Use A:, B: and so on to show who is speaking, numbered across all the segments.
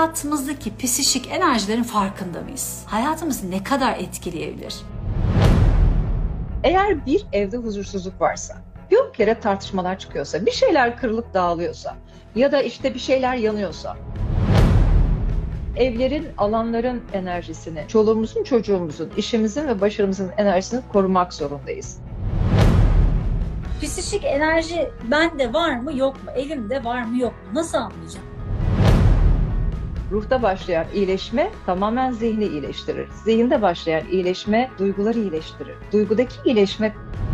A: hayatımızdaki psişik enerjilerin farkında mıyız? Hayatımızı ne kadar etkileyebilir?
B: Eğer bir evde huzursuzluk varsa, bir kere tartışmalar çıkıyorsa, bir şeyler kırılıp dağılıyorsa ya da işte bir şeyler yanıyorsa, evlerin, alanların enerjisini, çoluğumuzun, çocuğumuzun, işimizin ve başarımızın enerjisini korumak zorundayız.
C: Psişik enerji bende var mı yok mu? Elimde var mı yok mu? Nasıl anlayacağım?
B: Ruhta başlayan iyileşme tamamen zihni iyileştirir. Zihinde başlayan iyileşme duyguları iyileştirir. Duygudaki iyileşme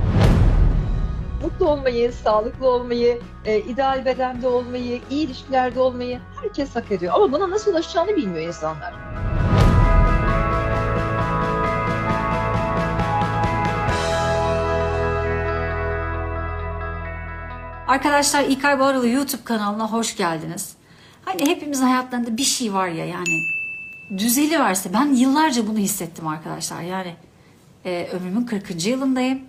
B: mutlu olmayı, sağlıklı olmayı, ideal bedende olmayı, iyi ilişkilerde olmayı herkes hak ediyor. Ama buna nasıl ulaşacağını bilmiyor insanlar.
A: Arkadaşlar İlkay Bağralı YouTube kanalına hoş geldiniz. Hani hepimizin hayatlarında bir şey var ya, yani düzeliverse, ben yıllarca bunu hissettim arkadaşlar. Yani ömrümün 40. yılındayım.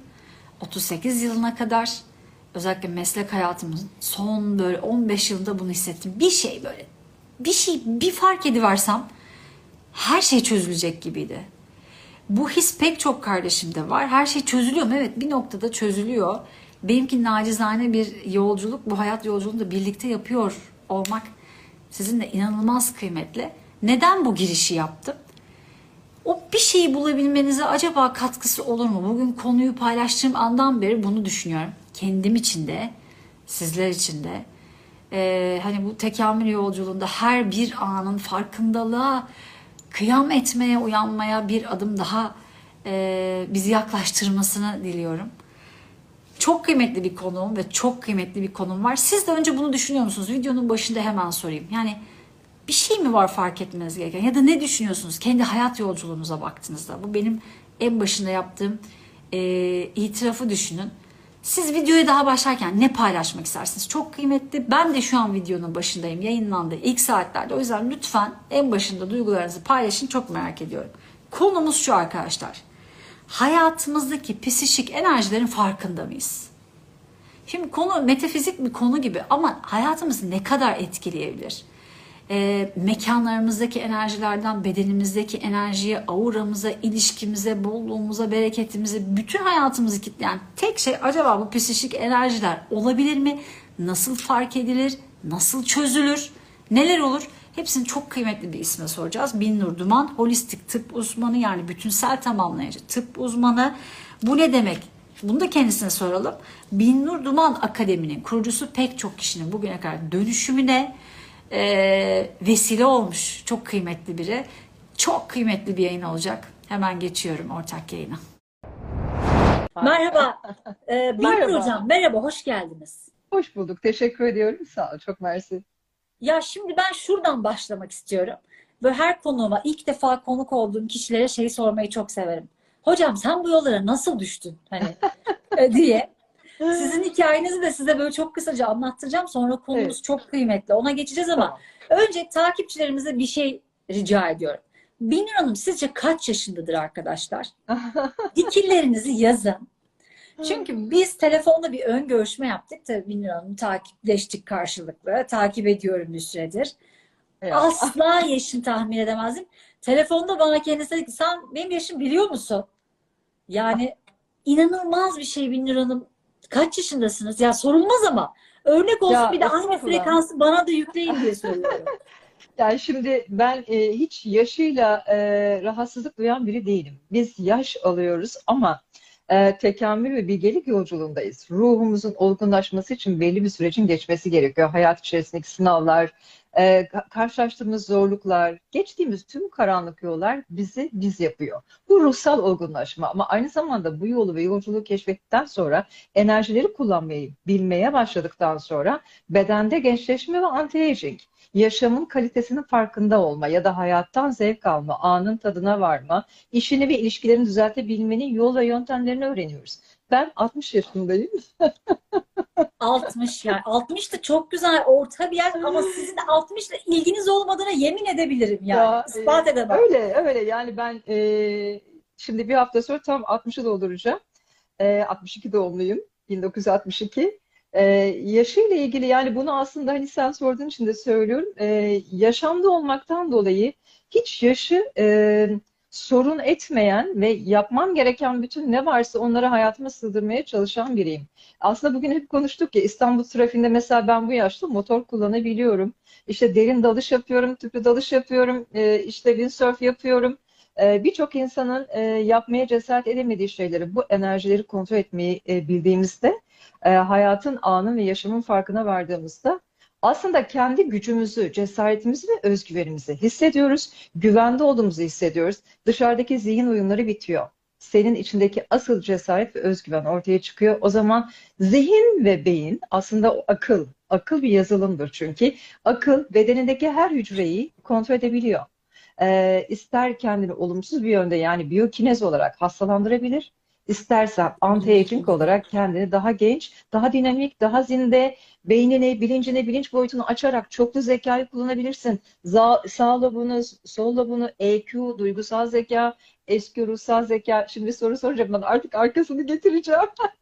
A: 38 yılına kadar özellikle meslek hayatımın son böyle 15 yılında bunu hissettim. Bir şey böyle, bir fark ediversem her şey çözülecek gibiydi. Bu his pek çok kardeşimde var. Her şey çözülüyor mu? Evet, bir noktada çözülüyor. Benimki nacizane bir yolculuk. Bu hayat yolculuğunu da birlikte yapıyor olmak sizinle inanılmaz kıymetli. Neden bu girişi yaptım? O bir şeyi bulabilmenize acaba katkısı olur mu? Bugün konuyu paylaştığım andan beri bunu düşünüyorum. Kendim için de, sizler için de. Hani bu tekamül yolculuğunda her bir anın farkındalığa, kıyam etmeye, uyanmaya bir adım daha bizi yaklaştırmasını diliyorum. Çok kıymetli bir konuğum ve çok kıymetli bir konum var. Siz de önce bunu düşünüyor musunuz? Videonun başında hemen sorayım. Yani bir şey mi var fark etmeniz gereken? Ya da ne düşünüyorsunuz? Kendi hayat yolculuğunuza baktığınızda. Bu benim en başında yaptığım itirafı düşünün. Siz videoya daha başlarken ne paylaşmak istersiniz? Çok kıymetli. Ben de şu an videonun başındayım. Yayınlandı ilk saatlerde. O yüzden lütfen en başında duygularınızı paylaşın. Çok merak ediyorum. Konumuz şu arkadaşlar. Hayatımızdaki psişik enerjilerin farkında mıyız? Şimdi konu metafizik bir konu gibi ama hayatımızı ne kadar etkileyebilir? Mekanlarımızdaki enerjilerden bedenimizdeki enerjiye, auramıza, ilişkimize, bolluğumuza, bereketimize, bütün hayatımızı kitleyen tek şey acaba bu psişik enerjiler olabilir mi? Nasıl fark edilir? Nasıl çözülür? Neler olur? Hepsini çok kıymetli bir isme soracağız. Binnur Duman, holistik tıp uzmanı, yani bütünsel tamamlayıcı tıp uzmanı. Bu ne demek? Bunu da kendisine soralım. Binnur Duman Akademi'nin kurucusu, pek çok kişinin bugüne kadar dönüşümüne vesile olmuş. Çok kıymetli biri. Çok kıymetli bir yayın olacak. Hemen geçiyorum ortak yayına.
C: Merhaba. Binnur
B: Merhaba.
C: Hocam, merhaba, hoş geldiniz.
B: Hoş bulduk. Teşekkür ediyorum. Sağ ol. Çok mersi.
C: Ya şimdi ben şuradan başlamak istiyorum. Böyle her konuğuma, ilk defa konuk olduğum kişilere şeyi sormayı çok severim. Hocam sen bu yollara nasıl düştün? Hani diye. Sizin hikayenizi de size böyle çok kısaca anlattıracağım. Sonra konumuz
B: Evet.
C: çok kıymetli. Ona geçeceğiz ama
B: Tamam.
C: önce takipçilerimize bir şey rica ediyorum. Binnur Hanım sizce kaç yaşındadır arkadaşlar? Fikirlerinizi yazın. Çünkü biz telefonda bir ön görüşme yaptık. Tabii Binnur Hanım takipleştik karşılıklı. Takip ediyorum bir süredir.
B: Ya.
C: Asla yaşını tahmin edemezdim. Telefonda bana kendisi dedi ki sen benim yaşımı biliyor musun? Yani inanılmaz bir şey Binnur Hanım. Kaç yaşındasınız? Ya sorulmaz ama. Örnek olsun,
B: Ya
C: bir de aynı
B: estağfurullah.
C: frekansı bana da yükleyin diye soruyorum.
B: Yani şimdi ben hiç yaşıyla rahatsızlık duyan biri değilim. Biz yaş alıyoruz ama tekamül ve bilgelik yolculuğundayız. Ruhumuzun olgunlaşması için belli bir sürecin geçmesi gerekiyor. Hayat içerisindeki sınavlar, karşılaştığımız zorluklar, geçtiğimiz tüm karanlık yollar bizi biz yapıyor. Bu ruhsal olgunlaşma, ama aynı zamanda bu yolu ve yolculuğu keşfettikten sonra, enerjileri kullanmayı bilmeye başladıktan sonra bedende gençleşme ve anti-aging, yaşamın kalitesinin farkında olma ya da hayattan zevk alma, anın tadına varma, işini ve ilişkilerini düzeltebilmenin yol ve yöntemlerini öğreniyoruz. Ben 60 yaşındayım.
C: 60 yani. 60 da çok güzel orta bir yer ama sizin de 60 ile ilginiz olmadığına yemin edebilirim yani.
B: Ya
C: İspat edemem.
B: öyle yani ben şimdi bir hafta sonra tam 60'ı dolduracağım. 62 doğumluyum, 1962. Ee, yaşıyla ilgili yani bunu aslında hani sen sorduğun için de söylüyorum. Yaşamda olmaktan dolayı hiç yaşı sorun etmeyen ve yapmam gereken bütün ne varsa onları hayatıma sığdırmaya çalışan biriyim. Aslında bugün hep konuştuk ya, İstanbul trafiğinde mesela ben bu yaşta motor kullanabiliyorum. İşte derin dalış yapıyorum, tüplü dalış yapıyorum, işte windsurf yapıyorum. Birçok insanın yapmaya cesaret edemediği şeyleri, bu enerjileri kontrol etmeyi bildiğimizde, hayatın, anın ve yaşamın farkına vardığımızda aslında kendi gücümüzü, cesaretimizi ve özgüvenimizi hissediyoruz. Güvende olduğumuzu hissediyoruz. Dışarıdaki zihin oyunları bitiyor. Senin içindeki asıl cesaret ve özgüven ortaya çıkıyor. O zaman zihin ve beyin aslında o akıl. Akıl bir yazılımdır çünkü. Akıl bedenindeki her hücreyi kontrol edebiliyor. İster kendini olumsuz bir yönde yani biyokinez olarak hastalandırabilir, İstersen anti-aging olarak kendini daha genç, daha dinamik, daha zinde, beynini, bilincini, bilinç boyutunu açarak çoklu zekayı kullanabilirsin. Sağ lobunu, sol lobunu, EQ, duygusal zeka, eski ruhsal zeka. Şimdi bir soru soracağım, ben artık arkasını getireceğim.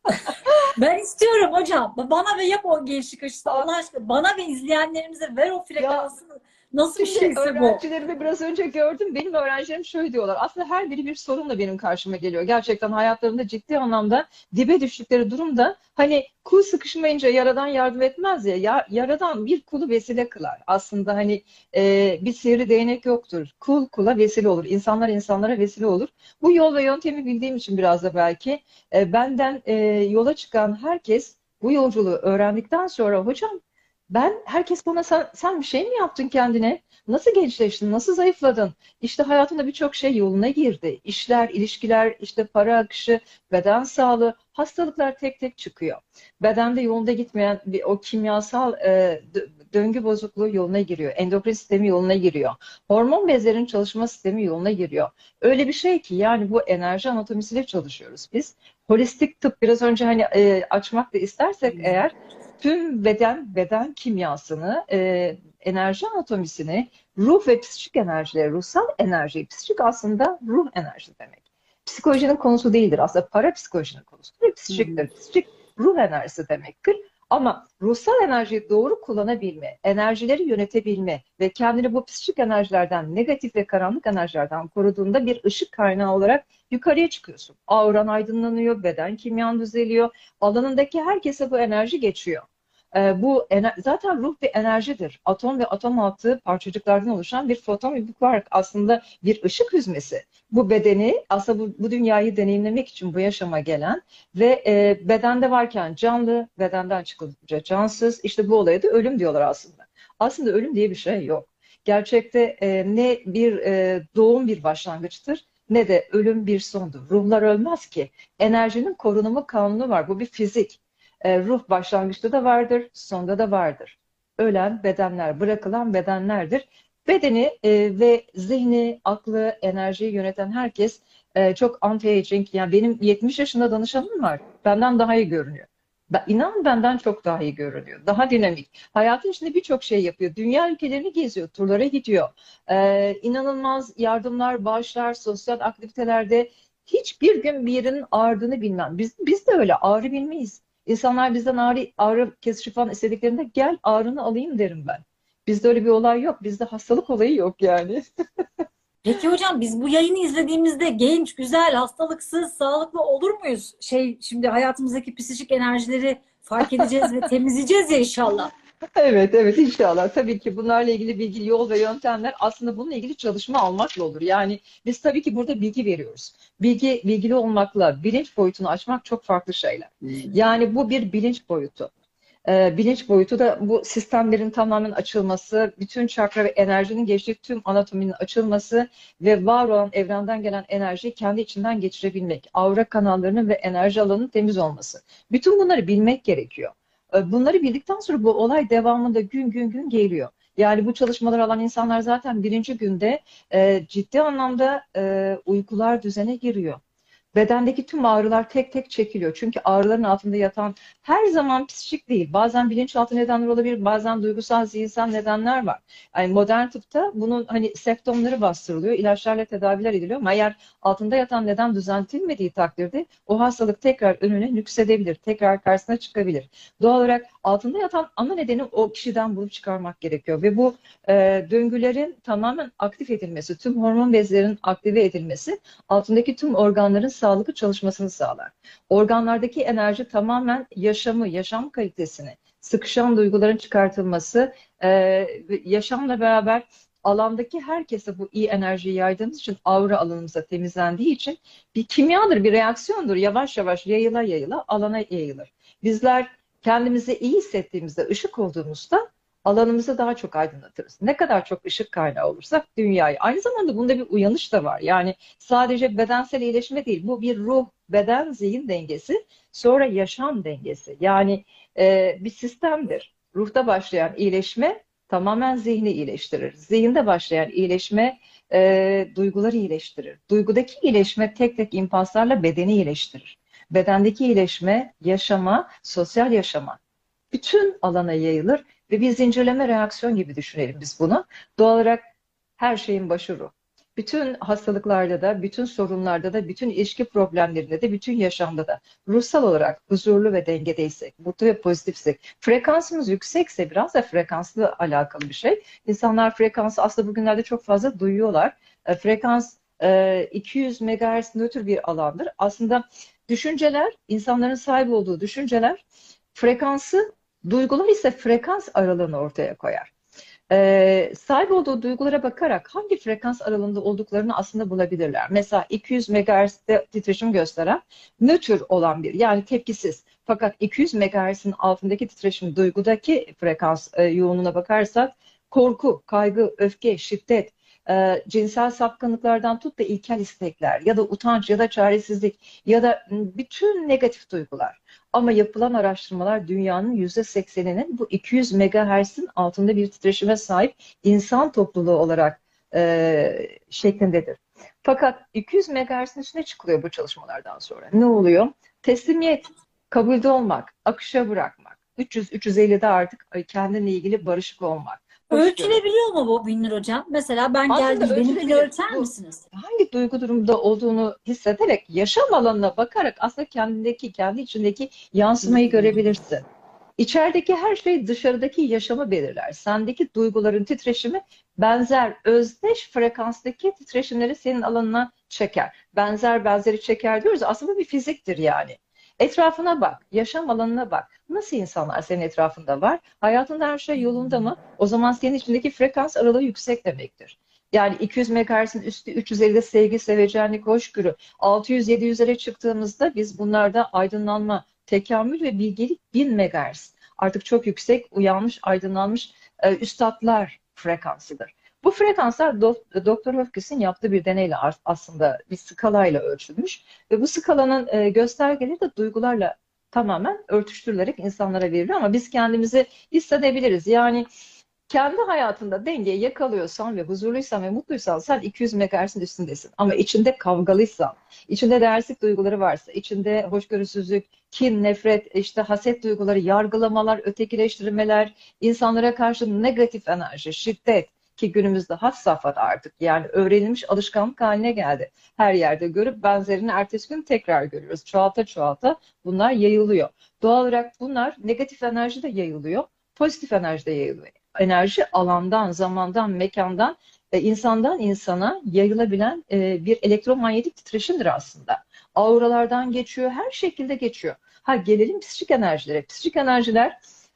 C: Ben istiyorum hocam. Bana ve yap o gençlik aşısı Allah aşkına. Bana ve izleyenlerimize ver o
B: Ya
C: frekansı. Nasıl bir
B: şimdi
C: şeyse bu.
B: öğrencilerimi biraz önce gördüm. Benim öğrencilerim şöyle diyorlar. Aslında her biri bir sorunla benim karşıma geliyor. Gerçekten hayatlarında ciddi anlamda dibe düştükleri durumda, hani kul sıkışmayınca yaradan yardım etmez ya. Yaradan bir kulu vesile kılar. Aslında hani bir sihirli değnek yoktur. Kul kula vesile olur. İnsanlar insanlara vesile olur. Bu yol ve yöntemi bildiğim için biraz da belki benden yola çıkan herkes bu yolculuğu öğrendikten sonra, hocam herkes bana sen bir şey mi yaptın kendine? Nasıl gençleştin? Nasıl zayıfladın? İşte hayatında birçok şey yoluna girdi. İşler, ilişkiler, işte para akışı, beden sağlığı, hastalıklar tek tek çıkıyor. Bedende yolunda gitmeyen o kimyasal döngü bozukluğu yoluna giriyor. Endokrin sistemi yoluna giriyor. Hormon bezlerin çalışma sistemi yoluna giriyor. Öyle bir şey ki yani bu enerji anatomisiyle çalışıyoruz biz. Holistik tıp biraz önce hani açmak da istersek eğer, tüm beden kimyasını, enerji anatomisini, ruh ve psikik enerjileri, ruhsal enerji, psikik aslında ruh enerji demek. Psikolojinin konusu değildir. Aslında parapsikolojinin konusudur.
C: Hı hı.
B: Psikiktir. Psikik ruh enerjisi demektir. Ama ruhsal enerjiyi doğru kullanabilme, enerjileri yönetebilme ve kendini bu psikik enerjilerden, negatif ve karanlık enerjilerden koruduğunda bir ışık kaynağı olarak yukarıya çıkıyorsun. Auran aydınlanıyor, beden kimyan düzeliyor. Alanındaki herkese bu enerji geçiyor. Zaten ruh bir enerjidir. Atom ve atom altı parçacıklardan oluşan bir foton ve bir kuark, aslında bir ışık hüzmesi. Bu bedeni aslında bu dünyayı deneyimlemek için bu yaşama gelen ve bedende varken canlı, bedenden çıkınca cansız. İşte bu olaya da ölüm diyorlar aslında. Aslında ölüm diye bir şey yok. Gerçekte ne bir doğum bir başlangıçtır, ne de ölüm bir sondur. Ruhlar ölmez ki. Enerjinin korunumu kanunu var. Bu bir fizik. Ruh başlangıçta da vardır, sonda da vardır. Ölen bedenler, bırakılan bedenlerdir. Bedeni ve zihni, aklı, enerjiyi yöneten herkes çok anti-aging. Yani benim 70 yaşında danışanım var. Benden daha iyi görünüyor. İnan benden çok daha iyi görünüyor. Daha dinamik. Hayatın içinde birçok şey yapıyor. Dünya ülkelerini geziyor, turlara gidiyor. İnanılmaz yardımlar, bağışlar, sosyal aktivitelerde hiçbir gün bir yerinin ağrıdığını bilmem. Biz de öyle ağrı bilmeyiz. İnsanlar bizden ağrı kesici falan istediklerinde gel ağrını alayım derim ben. Bizde öyle bir olay yok. Bizde hastalık olayı yok yani.
C: Peki hocam biz bu yayını izlediğimizde genç, güzel, hastalıksız, sağlıklı olur muyuz? Şimdi hayatımızdaki psikik enerjileri fark edeceğiz ve temizleyeceğiz ya inşallah.
B: Evet, evet, inşallah. Tabii ki bunlarla ilgili bilgi, yol ve yöntemler aslında bununla ilgili çalışma almakla olur. Yani biz tabii ki burada bilgi veriyoruz. Bilgili olmakla bilinç boyutunu açmak çok farklı şeyler. Yani bu bir bilinç boyutu. Bilinç boyutu da bu sistemlerin tamamen açılması, bütün çakra ve enerjinin geçtiği tüm anatominin açılması ve var olan evrenden gelen enerjiyi kendi içinden geçirebilmek. Aura kanallarının ve enerji alanının temiz olması. Bütün bunları bilmek gerekiyor. Bunları bildikten sonra bu olay devamında gün gün gün geliyor. Yani bu çalışmaları alan insanlar zaten birinci günde ciddi anlamda uykular düzene giriyor. Bedendeki tüm ağrılar tek tek çekiliyor. Çünkü ağrıların altında yatan her zaman psikik değil. Bazen bilinçaltı nedenler olabilir, bazen duygusal, zihinsel nedenler var. Yani modern tıpta bunun hani semptomları bastırılıyor, ilaçlarla tedaviler ediliyor ama eğer altında yatan neden düzeltilmediği takdirde o hastalık tekrar önüne nüksedebilir, tekrar karşısına çıkabilir. Doğal olarak altında yatan ana nedeni o kişiden bulup çıkarmak gerekiyor ve bu döngülerin tamamen aktif edilmesi, tüm hormon bezlerin aktive edilmesi altındaki tüm organların sağlıklı çalışmasını sağlar. Organlardaki enerji tamamen yaşamı, yaşam kalitesini, sıkışan duyguların çıkartılması, yaşamla beraber alandaki herkese bu iyi enerjiyi yaydığımız için aura alanımıza temizlendiği için bir kimyadır, bir reaksiyondur. Yavaş yavaş yayıla yayıla alana yayılır. Bizler kendimizi iyi hissettiğimizde, ışık olduğumuzda alanımızı daha çok aydınlatırız. Ne kadar çok ışık kaynağı olursak dünyayı. Aynı zamanda bunda bir uyanış da var. Yani sadece bedensel iyileşme değil, bu bir ruh, beden, zihin dengesi, sonra yaşam dengesi. Yani bir sistemdir. Ruhta başlayan iyileşme tamamen zihni iyileştirir. Zihinde başlayan iyileşme duyguları iyileştirir. Duygudaki iyileşme tek tek impulslarla bedeni iyileştirir. Bedendeki iyileşme yaşama, sosyal yaşama, bütün alana yayılır ve bir zincirleme reaksiyon gibi düşünelim biz bunu. Doğal olarak her şeyin başı ruh. Bütün hastalıklarda da, bütün sorunlarda da, bütün ilişki problemlerinde de, bütün yaşamda da ruhsal olarak huzurlu ve dengedeysek, mutlu ve pozitifsek, frekansımız yüksekse biraz da frekansla alakalı bir şey. İnsanlar frekansı aslında bugünlerde çok fazla duyuyorlar. Frekans 200 MHz nötr bir alandır. Aslında düşünceler, insanların sahip olduğu düşünceler frekansı, duygular ise frekans aralığını ortaya koyar. Sahip olduğu duygulara bakarak hangi frekans aralığında olduklarını aslında bulabilirler. Mesela 200 MHz'de titreşim gösteren nötr olan bir, yani tepkisiz. Fakat 200 MHz'in altındaki titreşim, duygudaki frekans yoğunluğuna bakarsak korku, kaygı, öfke, şiddet, cinsel sapkınlıklardan tut da ilkel istekler ya da utanç ya da çaresizlik ya da bütün negatif duygular. Ama yapılan araştırmalar dünyanın %80'inin bu 200 MHz'in altında bir titreşime sahip insan topluluğu olarak şeklindedir. Fakat 200 MHz'in üstüne çıkılıyor bu çalışmalardan sonra. Ne oluyor? Teslimiyet, kabulde olmak, akışa bırakmak. 300-350'de artık kendinle ilgili barışık olmak.
C: Ölçülebiliyor mu bu Binnur Hocam? Mesela ben
B: Aslında
C: geldim, benimkini
B: ölçülebilir.
C: ölçer
B: Bu
C: misiniz?
B: hangi duygu durumunda olduğunu hissederek, yaşam alanına bakarak aslında kendindeki, kendi içindeki yansımayı görebilirsin. İçerideki her şey dışarıdaki yaşamı belirler. Sendeki duyguların titreşimi benzer, özdeş frekanstaki titreşimleri senin alanına çeker. Benzer benzeri çeker diyoruz. Aslında bu bir fiziktir yani. Etrafına bak, yaşam alanına bak. Nasıl insanlar senin etrafında var? Hayatında her şey yolunda mı? O zaman senin içindeki frekans aralığı yüksek demektir. Yani 200 MHz'in üstü, 350'de sevgi, sevecenlik, hoşgörü, 600-700'lere çıktığımızda biz bunlarda aydınlanma, tekamül ve bilgelik 1000 MHz. Artık çok yüksek, uyanmış, aydınlanmış üstatlar frekansıdır. Bu frekanslar Doktor Hopkins'in yaptığı bir deneyle aslında bir skalayla ölçülmüş ve bu skalanın göstergeleri de duygularla tamamen örtüştürülerek insanlara veriliyor ama biz kendimizi hissedebiliriz. Yani kendi hayatında dengeyi yakalıyorsan ve huzurluysan ve mutluysan sen 200 MHz'in üstündesin. Ama içinde kavgalıysan, içinde değersizlik duyguları varsa, içinde hoşgörüsüzlük, kin, nefret, işte haset duyguları, yargılamalar, ötekileştirmeler, insanlara karşı negatif enerji, şiddet ki günümüzde had safhada artık yani öğrenilmiş alışkanlık haline geldi. Her yerde görüp benzerini ertesi gün tekrar görüyoruz. Çoğalta çoğalta bunlar yayılıyor. Doğal olarak bunlar negatif enerji de yayılıyor, pozitif enerji de yayılıyor. Enerji alandan, zamandan, mekandan, insandan insana yayılabilen bir elektromanyetik titreşimdir aslında. Auralardan geçiyor, her şekilde geçiyor. Ha gelelim psikik enerjilere. Psikik enerjiler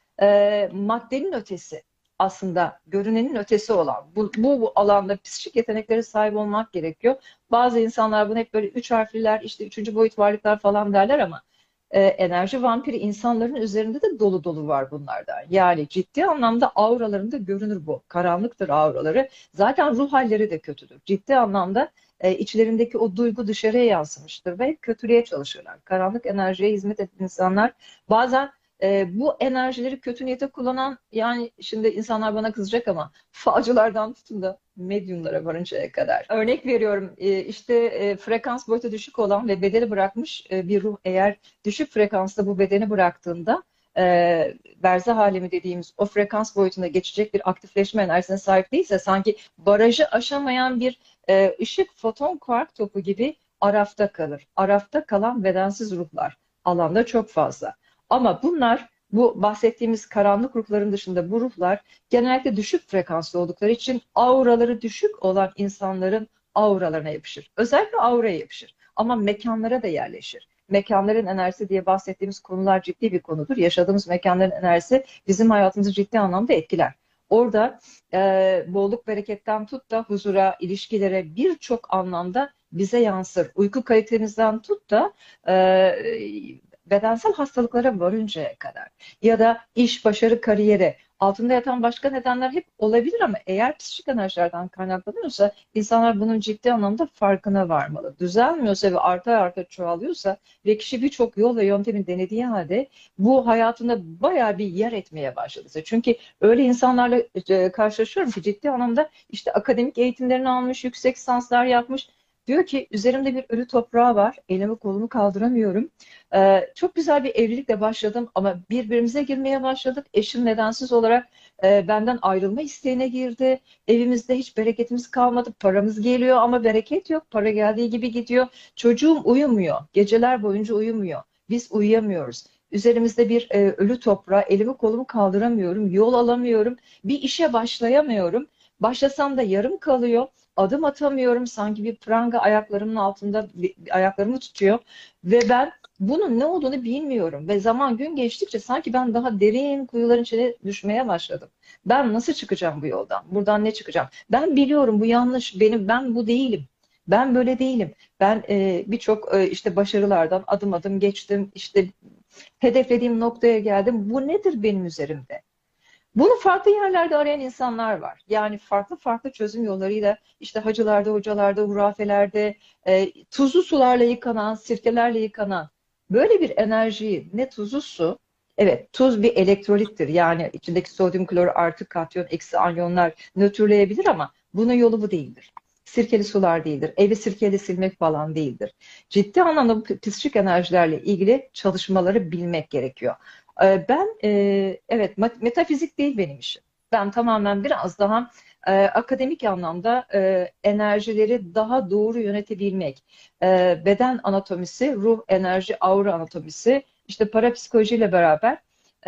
B: maddenin ötesi. Aslında görünenin ötesi olan. Bu alanda psikik yeteneklere sahip olmak gerekiyor. Bazı insanlar bunu hep böyle üç harfliler, işte üçüncü boyut varlıklar falan derler ama enerji vampiri insanların üzerinde de dolu dolu var bunlardan. Yani ciddi anlamda auralarında görünür bu. Karanlıktır auraları. Zaten ruh halleri de kötüdür. Ciddi anlamda içlerindeki o duygu dışarıya yansımıştır ve kötülüğe çalışırlar. Karanlık enerjiye hizmet eden insanlar bazen bu enerjileri kötü niyete kullanan, yani şimdi insanlar bana kızacak ama falcılardan tutun da medyumlara varıncaya kadar. Örnek veriyorum, işte frekans boyutu düşük olan ve bedeni bırakmış bir ruh eğer düşük frekansta bu bedeni bıraktığında berzah alemi dediğimiz o frekans boyutuna geçecek bir aktifleşme enerjisine sahip değilse sanki barajı aşamayan bir ışık foton kuark topu gibi arafta kalır. Arafta kalan bedensiz ruhlar alanda çok fazla. Ama bunlar, bu bahsettiğimiz karanlık ruhların dışında bu ruhlar genellikle düşük frekanslı oldukları için auraları düşük olan insanların auralarına yapışır. Özellikle auraya yapışır. Ama mekanlara da yerleşir. Mekanların enerjisi diye bahsettiğimiz konular ciddi bir konudur. Yaşadığımız mekanların enerjisi bizim hayatımızı ciddi anlamda etkiler. Orada bolluk bereketten tut da huzura, ilişkilere birçok anlamda bize yansır. Uyku kalitemizden tut da bedensel hastalıklara varıncaya kadar ya da iş, başarı, kariyere altında yatan başka nedenler hep olabilir ama eğer psikik enerjilerden kaynaklanıyorsa insanlar bunun ciddi anlamda farkına varmalı. Düzelmiyorsa ve arta çoğalıyorsa ve kişi birçok yol ve yöntemi denediği halde bu hayatında bayağı bir yer etmeye başladı. Çünkü öyle insanlarla karşılaşıyorum ki ciddi anlamda işte akademik eğitimlerini almış, yüksek lisanslar yapmış. Diyor ki üzerimde bir ölü toprağı var, elimi kolumu kaldıramıyorum. Çok güzel bir evlilikle başladım ama birbirimize girmeye başladık. Eşim nedensiz olarak benden ayrılma isteğine girdi. Evimizde hiç bereketimiz kalmadı. Paramız geliyor ama bereket yok. Para geldiği gibi gidiyor. Çocuğum uyumuyor. Geceler boyunca uyumuyor. Biz uyuyamıyoruz. Üzerimizde bir ölü toprağı, elimi kolumu kaldıramıyorum. Yol alamıyorum. Bir işe başlayamıyorum. Başlasam da yarım kalıyor. Adım atamıyorum. Sanki bir pranga ayaklarımın altında ayaklarımı tutuyor. Ve ben bunun ne olduğunu bilmiyorum ve zaman gün geçtikçe sanki ben daha derin kuyuların içine düşmeye başladım. Ben nasıl çıkacağım bu yoldan? Buradan ne çıkacağım? Ben biliyorum bu yanlış. Ben bu değilim. Ben böyle değilim. Ben birçok işte başarılardan adım adım geçtim. İşte hedeflediğim noktaya geldim. Bu nedir benim üzerimde? Bunu farklı yerlerde arayan insanlar var. Yani farklı farklı çözüm yollarıyla işte hacılarda, hocalarda, hurafelerde, tuzlu sularla yıkanan, sirkelerle yıkanan böyle bir enerjiyi ne tuzlu su, evet tuz bir elektrolittir. Yani içindeki sodyum klor artı katyon eksi anyonlar nötrleyebilir ama bunun yolu bu değildir. Sirkeli sular değildir. Evi sirkeyle silmek falan değildir. Ciddi anlamda bu psikik enerjilerle ilgili çalışmaları bilmek gerekiyor. Ben evet metafizik değil benim işim. Ben tamamen biraz daha akademik anlamda enerjileri daha doğru yönetebilmek. Beden anatomisi, ruh, enerji, aura anatomisi, işte parapsikolojiyle beraber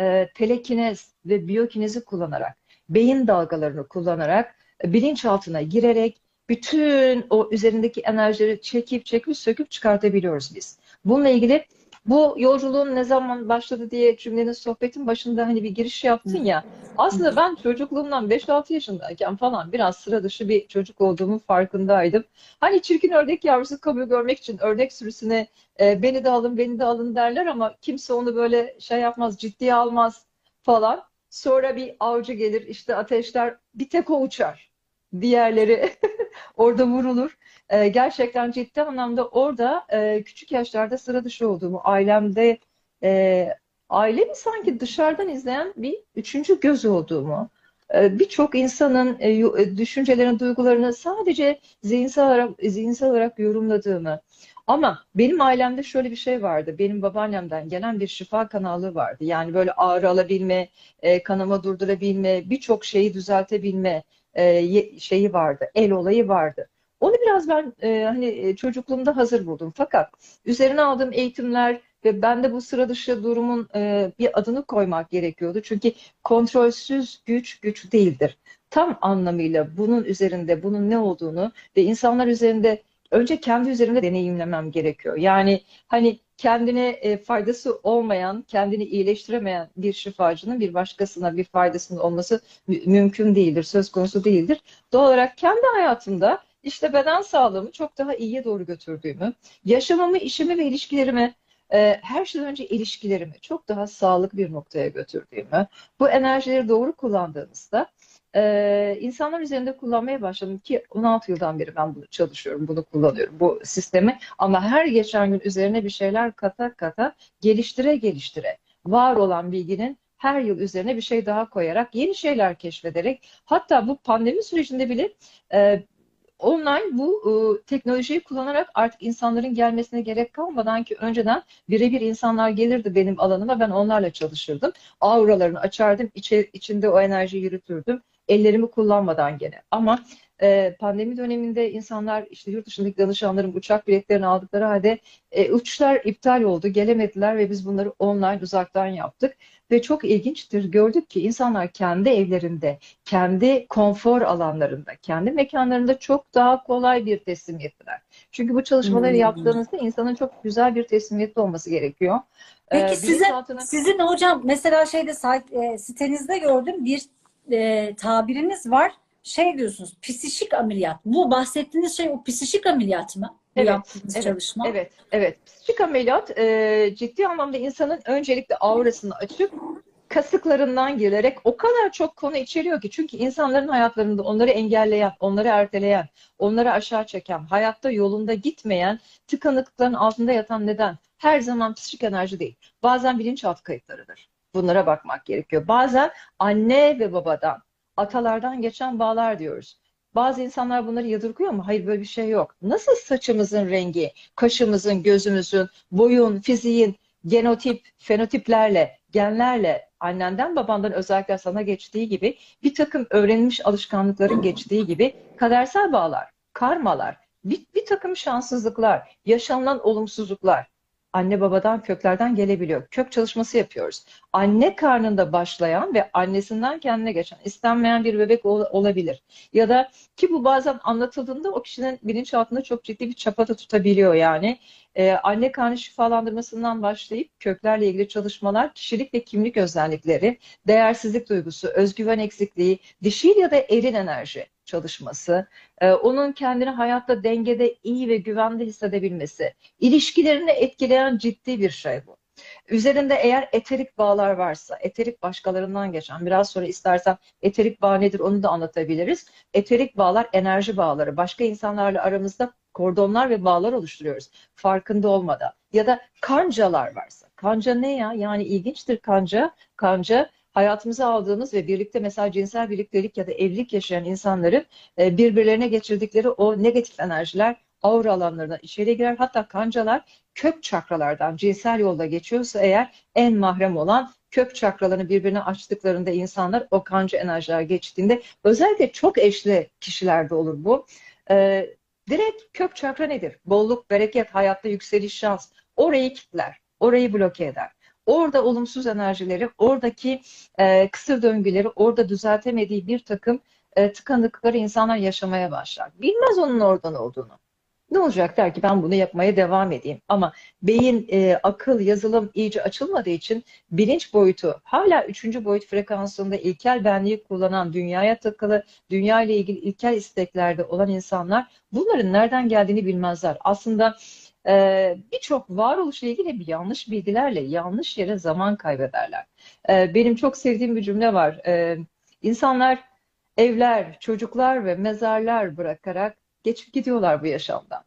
B: telekinez ve biyokinezi kullanarak, beyin dalgalarını kullanarak, bilinçaltına girerek bütün o üzerindeki enerjileri çekip söküp çıkartabiliyoruz biz. Bununla ilgili bu yolculuğun ne zaman başladı diye cümlenin sohbetin başında hani bir giriş yaptın ya. Aslında ben çocukluğumdan 5-6 yaşındayken falan biraz sıra dışı bir çocuk olduğumun farkındaydım. Hani çirkin ördek yavrusu kabul görmek için ördek sürüsüne beni de alın derler ama kimse onu böyle şey yapmaz, ciddiye almaz falan. Sonra bir avcı gelir işte ateşler bir tek o uçar. Diğerleri orada vurulur. Gerçekten ciddi anlamda orada küçük yaşlarda sıra dışı olduğumu, ailemde ailemi sanki dışarıdan izleyen bir üçüncü göz olduğumu, birçok insanın düşüncelerini, duygularını sadece zihinsel olarak yorumladığımı. Ama benim ailemde şöyle bir şey vardı. Benim babaannemden gelen bir şifa kanalı vardı. Yani böyle ağrı alabilme, kanama durdurabilme, birçok şeyi düzeltebilme şeyi vardı. El olayı vardı. Onu biraz ben hani çocukluğumda hazır buldum. Fakat üzerine aldığım eğitimler ve ben de bu sıra dışı durumun bir adını koymak gerekiyordu. Çünkü kontrolsüz güç değildir. Tam anlamıyla bunun üzerinde bunun ne olduğunu ve insanlar üzerinde önce kendi üzerimde deneyimlemem gerekiyor. Yani hani kendine faydası olmayan, kendini iyileştiremeyen bir şifacının bir başkasına bir faydasının olması mümkün değildir, söz konusu değildir. Doğal olarak kendi hayatımda işte beden sağlığımı çok daha iyiye doğru götürdüğümü, yaşamımı, işimi ve ilişkilerimi, her şeyden önce ilişkilerimi çok daha sağlıklı bir noktaya götürdüğümü, bu enerjileri doğru kullandığımızda insanlar üzerinde kullanmaya başladım ki 16 yıldan beri ben bunu çalışıyorum, bunu kullanıyorum, bu sistemi. Ama her geçen gün üzerine bir şeyler kata kata, geliştire geliştire var olan bilginin her yıl üzerine bir şey daha koyarak, yeni şeyler keşfederek, hatta bu pandemi sürecinde bile online bu teknolojiyi kullanarak artık insanların gelmesine gerek kalmadan, ki önceden birebir insanlar gelirdi benim alanıma, ben onlarla çalışırdım. Auralarını açardım, içinde o enerjiyi yürütürdüm. Ellerimi kullanmadan gene. Ama pandemi döneminde insanlar, işte yurt dışındaki danışanlarım uçak biletlerini aldıkları halde uçuşlar iptal oldu, gelemediler ve biz bunları online, uzaktan yaptık. Ve çok ilginçtir, gördük ki insanlar kendi evlerinde, kendi konfor alanlarında, kendi mekanlarında çok daha kolay bir teslimiyettiler. Çünkü bu çalışmaları
C: Hmm.
B: yaptığınızda insanın çok güzel bir teslimiyeti olması gerekiyor.
C: Peki
B: Bilinçaltına
C: sizin hocam mesela sitenizde gördüm bir tabiriniz var. Şey diyorsunuz, psişik ameliyat. Bu bahsettiğiniz şey o psişik ameliyat mı? Bu
B: evet,
C: yaptığınız
B: evet,
C: çalışma.
B: evet, evet. Psikik ameliyat ciddi anlamda insanın öncelikle aurasını açıp kasıklarından girerek o kadar çok konu içeriyor ki. Çünkü insanların hayatlarında onları engelleyen, onları erteleyen, onları aşağı çeken, hayatta yolunda gitmeyen, tıkanıklıkların altında yatan neden? Her zaman psikik enerji değil. Bazen bilinçaltı kayıtlarıdır. Bunlara bakmak gerekiyor. Bazen anne ve babadan, atalardan geçen bağlar diyoruz. Bazı insanlar bunları yadırgıyor ama hayır, böyle bir şey yok. Nasıl saçımızın rengi, kaşımızın, gözümüzün, boyun, fiziğin, genotip, fenotiplerle, genlerle, annenden babandan özellikler sana geçtiği gibi, bir takım öğrenilmiş alışkanlıkların geçtiği gibi kadersel bağlar, karmalar, bir takım şanssızlıklar, yaşanılan olumsuzluklar anne babadan, köklerden gelebiliyor. Kök çalışması yapıyoruz. Anne karnında başlayan ve annesinden kendine geçen istenmeyen bir bebek olabilir. Ya da, ki bu bazen anlatıldığında o kişinin bilinçaltında çok ciddi bir çapa da tutabiliyor yani. Anne karnı şifalandırmasından başlayıp köklerle ilgili çalışmalar, kişilik ve kimlik özellikleri, değersizlik duygusu, özgüven eksikliği, dişil ya da eril enerji çalışması, onun kendini hayatta dengede, iyi ve güvende hissedebilmesi, ilişkilerini etkileyen ciddi bir şey bu. Üzerinde eğer eterik bağlar varsa, eterik başkalarından geçen, biraz sonra istersen eterik bağ nedir onu da anlatabiliriz. Eterik bağlar enerji bağları. Başka insanlarla aramızda kordonlar ve bağlar oluşturuyoruz farkında olmadan. Ya da kancalar varsa. Kanca ne ya? Yani ilginçtir kanca. Kanca, hayatımıza aldığımız ve birlikte mesela cinsel birliktelik ya da evlilik yaşayan insanların birbirlerine geçirdikleri o negatif enerjiler aura alanlarına içeri girer. Hatta kancalar kök çakralardan cinsel yolda geçiyorsa eğer, en mahrem olan kök çakralarını birbirine açtıklarında insanlar, o kanca enerjiler geçtiğinde, özellikle çok eşli kişilerde olur bu. Ee, Direkt kök çakra nedir? Bolluk, bereket, hayatta yükseliş, şans. Orayı kilitler, orayı bloke eder. Orada olumsuz enerjileri, oradaki kısır döngüleri, orada düzeltemediği bir takım tıkanıklıkları insanlar yaşamaya başlar. Bilmez onun oradan olduğunu. Ne olacak, der ki ben bunu yapmaya devam edeyim. Ama beyin, akıl, yazılım iyice açılmadığı için bilinç boyutu hala üçüncü boyut frekansında ilkel benliği kullanan, dünyaya takılı, dünya ile ilgili ilkel isteklerde olan insanlar bunların nereden geldiğini bilmezler. Aslında birçok varoluşla ilgili bir yanlış bilgilerle yanlış yere zaman kaybederler. Benim çok sevdiğim bir cümle var. İnsanlar evler, çocuklar ve mezarlar bırakarak geçip gidiyorlar bu yaşamdan.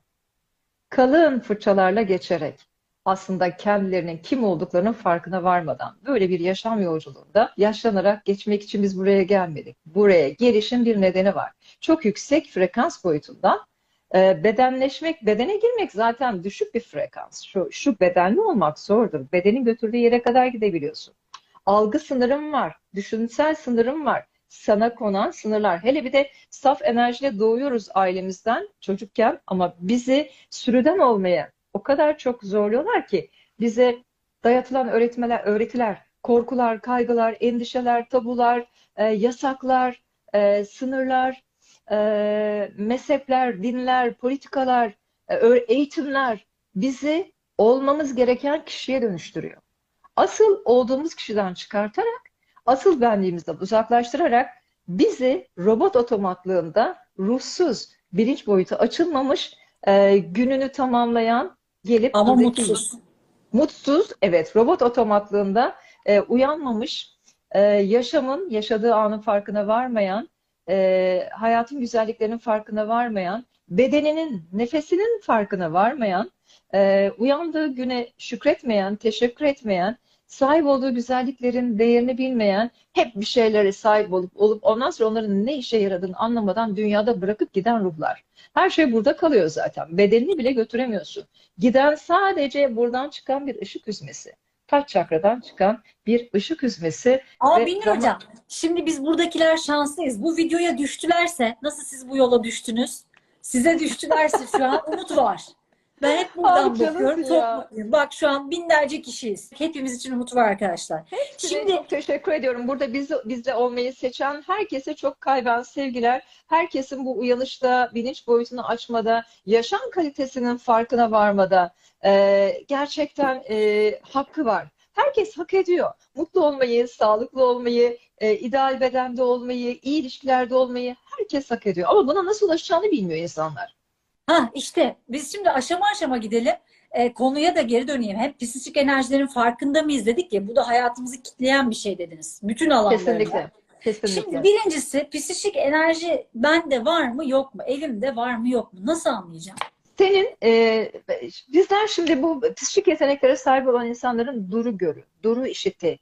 B: Kalın fırçalarla geçerek, aslında kendilerinin kim olduklarının farkına varmadan, böyle bir yaşam yolculuğunda yaşlanarak geçmek için biz buraya gelmedik. Buraya gelişin bir nedeni var. Çok yüksek frekans boyutundan bedenleşmek, bedene girmek zaten düşük bir frekans. Şu bedenli olmak zordur. Bedenin götürdüğü yere kadar gidebiliyorsun. Algı sınırım var, düşünsel sınırım var. Sana konan sınırlar. Hele bir de saf enerjiyle doğuyoruz ailemizden çocukken, ama bizi sürüden olmaya o kadar çok zorluyorlar ki, bize dayatılan öğretiler, korkular, kaygılar, endişeler, tabular, yasaklar, sınırlar, mezhepler, dinler, politikalar, eğitimler bizi olmamız gereken kişiye dönüştürüyor. Asıl olduğumuz kişiden çıkartarak, asıl benliğimizden uzaklaştırarak bizi robot otomatlığında ruhsuz, bilinç boyutu açılmamış, gününü tamamlayan, gelip
C: Ama
B: buradaki
C: mutsuz.
B: mutsuz, evet, robot otomatlığında uyanmamış, yaşamın, yaşadığı anın farkına varmayan, hayatın güzelliklerinin farkına varmayan, bedeninin, nefesinin farkına varmayan, uyandığı güne şükretmeyen, teşekkür etmeyen, sahip olduğu güzelliklerin değerini bilmeyen, hep bir şeylere sahip olup ondan sonra onların ne işe yaradığını anlamadan dünyada bırakıp giden ruhlar. Her şey burada kalıyor zaten. Bedenini bile götüremiyorsun. Giden sadece buradan çıkan bir ışık hüzmesi. Taç çakradan çıkan bir ışık hüzmesi
C: Ama
B: ve
C: Binur
B: zaman...
C: Hocam, şimdi biz buradakiler şanslıyız. Bu videoya düştülerse, nasıl siz bu yola düştünüz? Size düştülerse şu an umut var. Ben hep buradan
B: Ay
C: bakıyorum.
B: canımsın
C: Çok
B: ya.
C: mutluyum. Bak şu an binlerce kişiyiz. Hepimiz için umut var arkadaşlar.
B: Size
C: Şimdi
B: çok teşekkür ediyorum. Burada bizle olmayı seçen herkese çok kalben sevgiler. Herkesin bu uyanışta, bilinç boyutunu açmada, yaşam kalitesinin farkına varmada gerçekten hakkı var. Herkes hak ediyor. Mutlu olmayı, sağlıklı olmayı, ideal bedende olmayı, iyi ilişkilerde olmayı herkes hak ediyor. Ama buna nasıl ulaşacağını bilmiyor insanlar.
C: işte biz şimdi aşama aşama gidelim. Konuya da geri döneyim. Hep psikik enerjilerin farkında mıyız dedik ya. Bu da hayatımızı kitleyen bir şey dediniz. Bütün alanlarında.
B: Kesinlikle.
C: Şimdi
B: Kesinlikle.
C: birincisi, psikik enerji bende var mı yok mu? Evimde var mı yok mu? Nasıl anlayacağım?
B: Senin bizler şimdi bu psikik yeteneklere sahip olan insanların duru görü, duru işiti,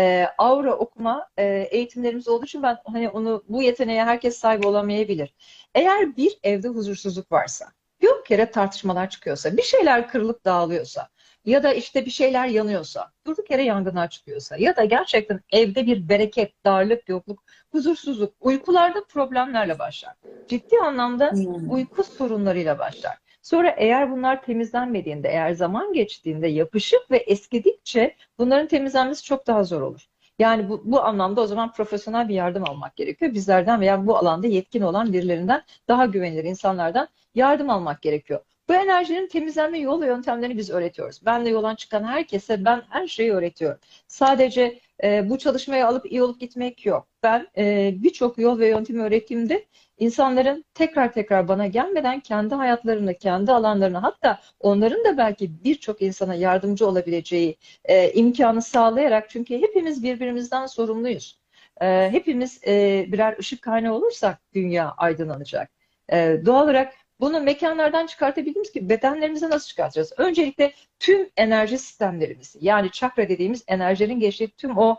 B: aura okuma eğitimlerimiz olduğu için ben hani bu yeteneğe herkes sahip olamayabilir. Eğer bir evde huzursuzluk varsa, yok yere tartışmalar çıkıyorsa, bir şeyler kırılıp dağılıyorsa ya da işte bir şeyler yanıyorsa, durduk yere yangınlar çıkıyorsa ya da gerçekten evde bir bereket, darlık, yokluk, huzursuzluk, uykularda problemlerle başlar. Ciddi anlamda uyku sorunlarıyla başlar. Sonra eğer bunlar temizlenmediğinde, eğer zaman geçtiğinde yapışık ve eskidikçe bunların temizlenmesi çok daha zor olur. Yani bu anlamda o zaman profesyonel bir yardım almak gerekiyor. Bizlerden veya bu alanda yetkin olan birilerinden, daha güvenilir insanlardan yardım almak gerekiyor. Bu enerjinin temizlenme yol ve yöntemlerini biz öğretiyoruz. Benle yola çıkan herkese ben her şeyi öğretiyorum. Sadece bu çalışmayı alıp iyi olup gitmek yok. Ben birçok yol ve yöntemi öğrettiğimde İnsanların tekrar tekrar bana gelmeden kendi hayatlarını, kendi alanlarını, hatta onların da belki birçok insana yardımcı olabileceği imkanı sağlayarak, çünkü hepimiz birbirimizden sorumluyuz. Hepimiz birer ışık kaynağı olursak dünya aydınlanacak. Doğal olarak bunu mekanlardan çıkartabildiğimiz gibi bedenlerimize nasıl çıkartacağız? Öncelikle tüm enerji sistemlerimizi, yani çakra dediğimiz enerjinin geçtiği tüm o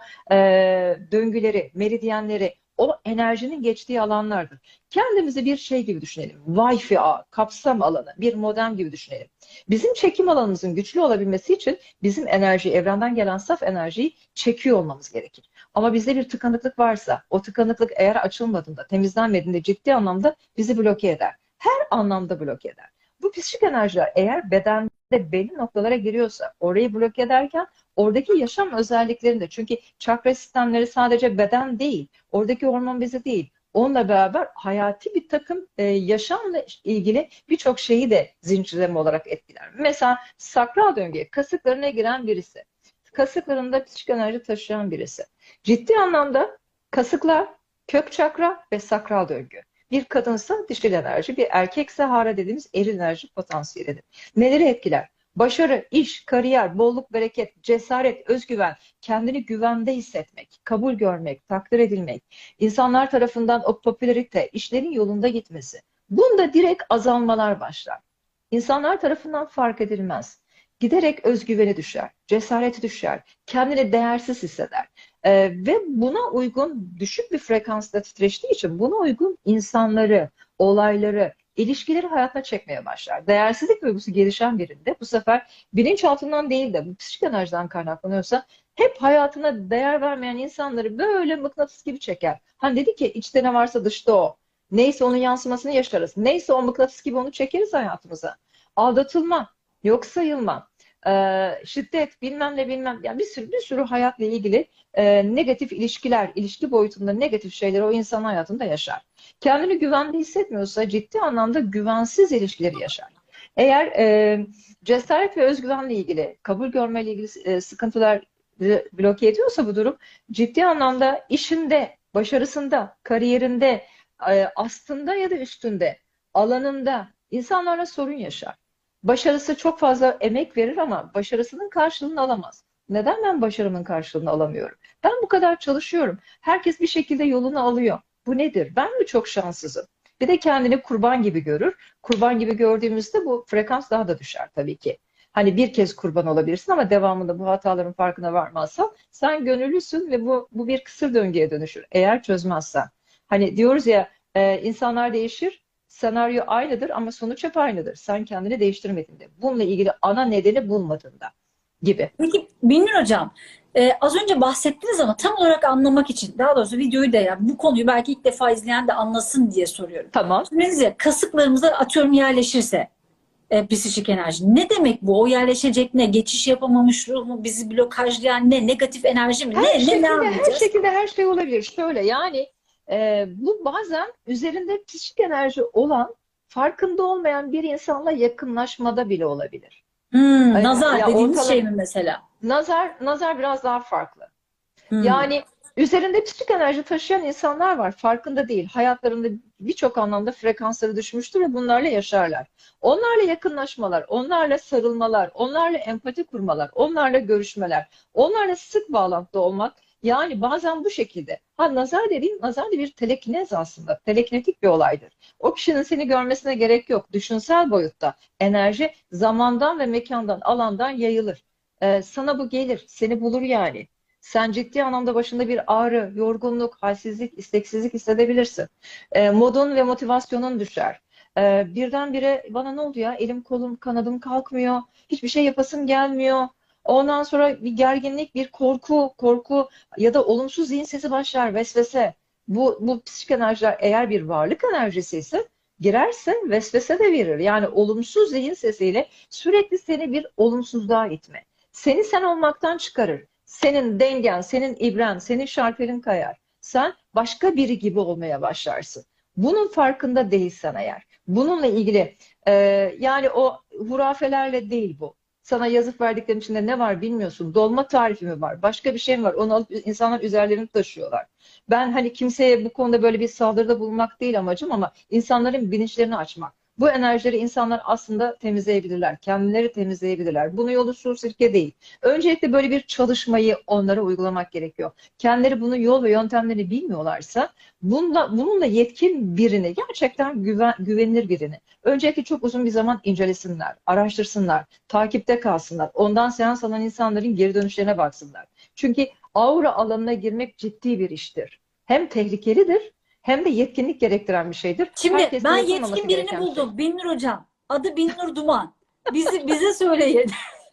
B: döngüleri, meridyenleri, o enerjinin geçtiği alanlardır. Kendimizi bir şey gibi düşünelim. Wi-Fi ağı, kapsam alanı, bir modem gibi düşünelim. Bizim çekim alanımızın güçlü olabilmesi için bizim evrenden gelen saf enerjiyi çekiyor olmamız gerekir. Ama bizde bir tıkanıklık varsa, o tıkanıklık eğer açılmadığında, temizlenmediğinde ciddi anlamda bizi bloke eder. Her anlamda bloke eder. Bu psikik enerjiler eğer bedende belli noktalara giriyorsa, orayı bloke ederken oradaki yaşam özelliklerinde, çünkü çakra sistemleri sadece beden değil, oradaki hormon bezi değil, onunla beraber hayati bir takım yaşamla ilgili birçok şeyi de zincirleme olarak etkiler. Mesela sakral döngüye kasıklarına giren birisi, kasıklarında psikik enerji taşıyan birisi. Ciddi anlamda kasıklar, kök çakra ve sakral döngü. Bir kadınsa dişil enerji, bir erkekse hara dediğimiz eril enerji potansiyelidir. Neleri etkiler? Başarı, iş, kariyer, bolluk, bereket, cesaret, özgüven, kendini güvende hissetmek, kabul görmek, takdir edilmek, insanlar tarafından o popülarite, işlerin yolunda gitmesi. Bunda direkt azalmalar başlar. İnsanlar tarafından fark edilmez. Giderek özgüveni düşer, cesareti düşer, kendini değersiz hisseder. Ve buna uygun düşük bir frekansta titreştiği için buna uygun insanları, olayları, ilişkileri hayatına çekmeye başlar. Değersizlik duygusu gelişen birinde bu sefer bilinçaltından değil de bu psikik enerjiden kaynaklanıyorsa hep hayatına değer vermeyen insanları böyle mıknatıs gibi çeker. Hani dedi ki içte ne varsa dışta o. Neyse onun yansımasını yaşarız. Neyse o mıknatıs gibi onu çekeriz hayatımıza. Aldatılma, yok sayılma, şiddet, bilmem ne bilmem, yani bir sürü hayatla ilgili negatif ilişkiler, ilişki boyutunda negatif şeyleri o insan hayatında yaşar. Kendini güvende hissetmiyorsa ciddi anlamda güvensiz ilişkileri yaşar. Eğer cesaret ve özgüvenle ilgili, kabul görmeyle ilgili sıkıntılar bloke ediyorsa bu durum, ciddi anlamda işinde, başarısında, kariyerinde, aslında ya da üstünde, alanında insanlarla sorun yaşar. Başarısı çok fazla emek verir ama başarısının karşılığını alamaz. Neden ben başarımın karşılığını alamıyorum? Ben bu kadar çalışıyorum. Herkes bir şekilde yolunu alıyor. Bu nedir? Ben mi çok şanssızım? Bir de kendini kurban gibi görür. Kurban gibi gördüğümüzde bu frekans daha da düşer tabii ki. Hani bir kez kurban olabilirsin ama devamında bu hataların farkına varmazsan sen gönüllüsün ve bu bir kısır döngüye dönüşür eğer çözmezsen. Hani diyoruz ya insanlar değişir, senaryo aynıdır ama sonuç hep aynıdır. Sen kendini değiştirmedin de. Bununla ilgili ana nedeni bulmadığında gibi.
C: Peki Binnur Hocam, az önce bahsettiniz ama tam olarak anlamak için, daha doğrusu videoyu da yani bu konuyu belki ilk defa izleyen de anlasın diye soruyorum.
B: Tamam.
C: Şimdi dediniz ya, kasıklarımıza atıyorum yerleşirse psikik enerji. Ne demek bu? O yerleşecek ne? Geçiş yapamamış ruh mu? Bizi blokajlayan ne? Negatif enerji mi? Ne
B: Her
C: anlayacağız?
B: şekilde her şey olabilir. Şöyle yani bu bazen üzerinde psikik enerji olan farkında olmayan bir insanla yakınlaşmada bile olabilir.
C: Nazar
B: Ya
C: dediğiniz şey mi mesela?
B: nazar biraz daha farklı.
C: Hmm.
B: Yani üzerinde psikik enerji taşıyan insanlar var. Farkında değil. Hayatlarında birçok anlamda frekansları düşmüştür ve bunlarla yaşarlar. Onlarla yakınlaşmalar, onlarla sarılmalar, onlarla empati kurmalar, onlarla görüşmeler, onlarla sık bağlantıda olmak. Yani bazen bu şekilde. Nazar dediğin, nazar da bir telekinez aslında. Telekinetik bir olaydır. O kişinin seni görmesine gerek yok. Düşünsel boyutta enerji zamandan ve mekandan, alandan yayılır. Sana bu gelir, seni bulur yani. Sen ciddi anlamda başında bir ağrı, yorgunluk, halsizlik, isteksizlik hissedebilirsin. Modun ve motivasyonun düşer. Birdenbire bana ne oldu ya? Elim kolum kanadım kalkmıyor. Hiçbir şey yapasım gelmiyor. Ondan sonra bir gerginlik, bir korku ya da olumsuz zihin sesi başlar, vesvese. Bu psikik enerjiler eğer bir varlık enerjisi ise girerse vesvese de verir. Yani olumsuz zihin sesiyle sürekli seni bir olumsuzluğa itme. Seni sen olmaktan çıkarır. Senin dengen, senin ibren, senin şartelin kayar. Sen başka biri gibi olmaya başlarsın. Bunun farkında değilsen eğer. Bununla ilgili e, yani o hurafelerle değil bu. Sana yazıp verdiklerim içinde ne var bilmiyorsun. Dolma tarifi mi var? Başka bir şey mi var? Onu alıp insanlar üzerlerini taşıyorlar. Ben hani kimseye bu konuda böyle bir saldırıda bulunmak değil amacım ama insanların bilinçlerini açmak. Bu enerjileri insanlar aslında temizleyebilirler. Kendileri temizleyebilirler. Bunun yolu su sirke değil. Öncelikle böyle bir çalışmayı onlara uygulamak gerekiyor. Kendileri bunun yol ve yöntemlerini bilmiyorlarsa bununla yetkin birini, gerçekten güvenilir birini öncelikle çok uzun bir zaman incelesinler, araştırsınlar, takipte kalsınlar. Ondan seans alan insanların geri dönüşlerine baksınlar. Çünkü aura alanına girmek ciddi bir iştir. Hem tehlikelidir hem de yetkinlik gerektiren bir şeydir.
C: Şimdi
B: Herkesin
C: ben
B: yapılmaması
C: yetkin birini
B: gereken bir şey.
C: buldum. Binnur Hocam. Adı Binnur Duman. Bize söyleyin.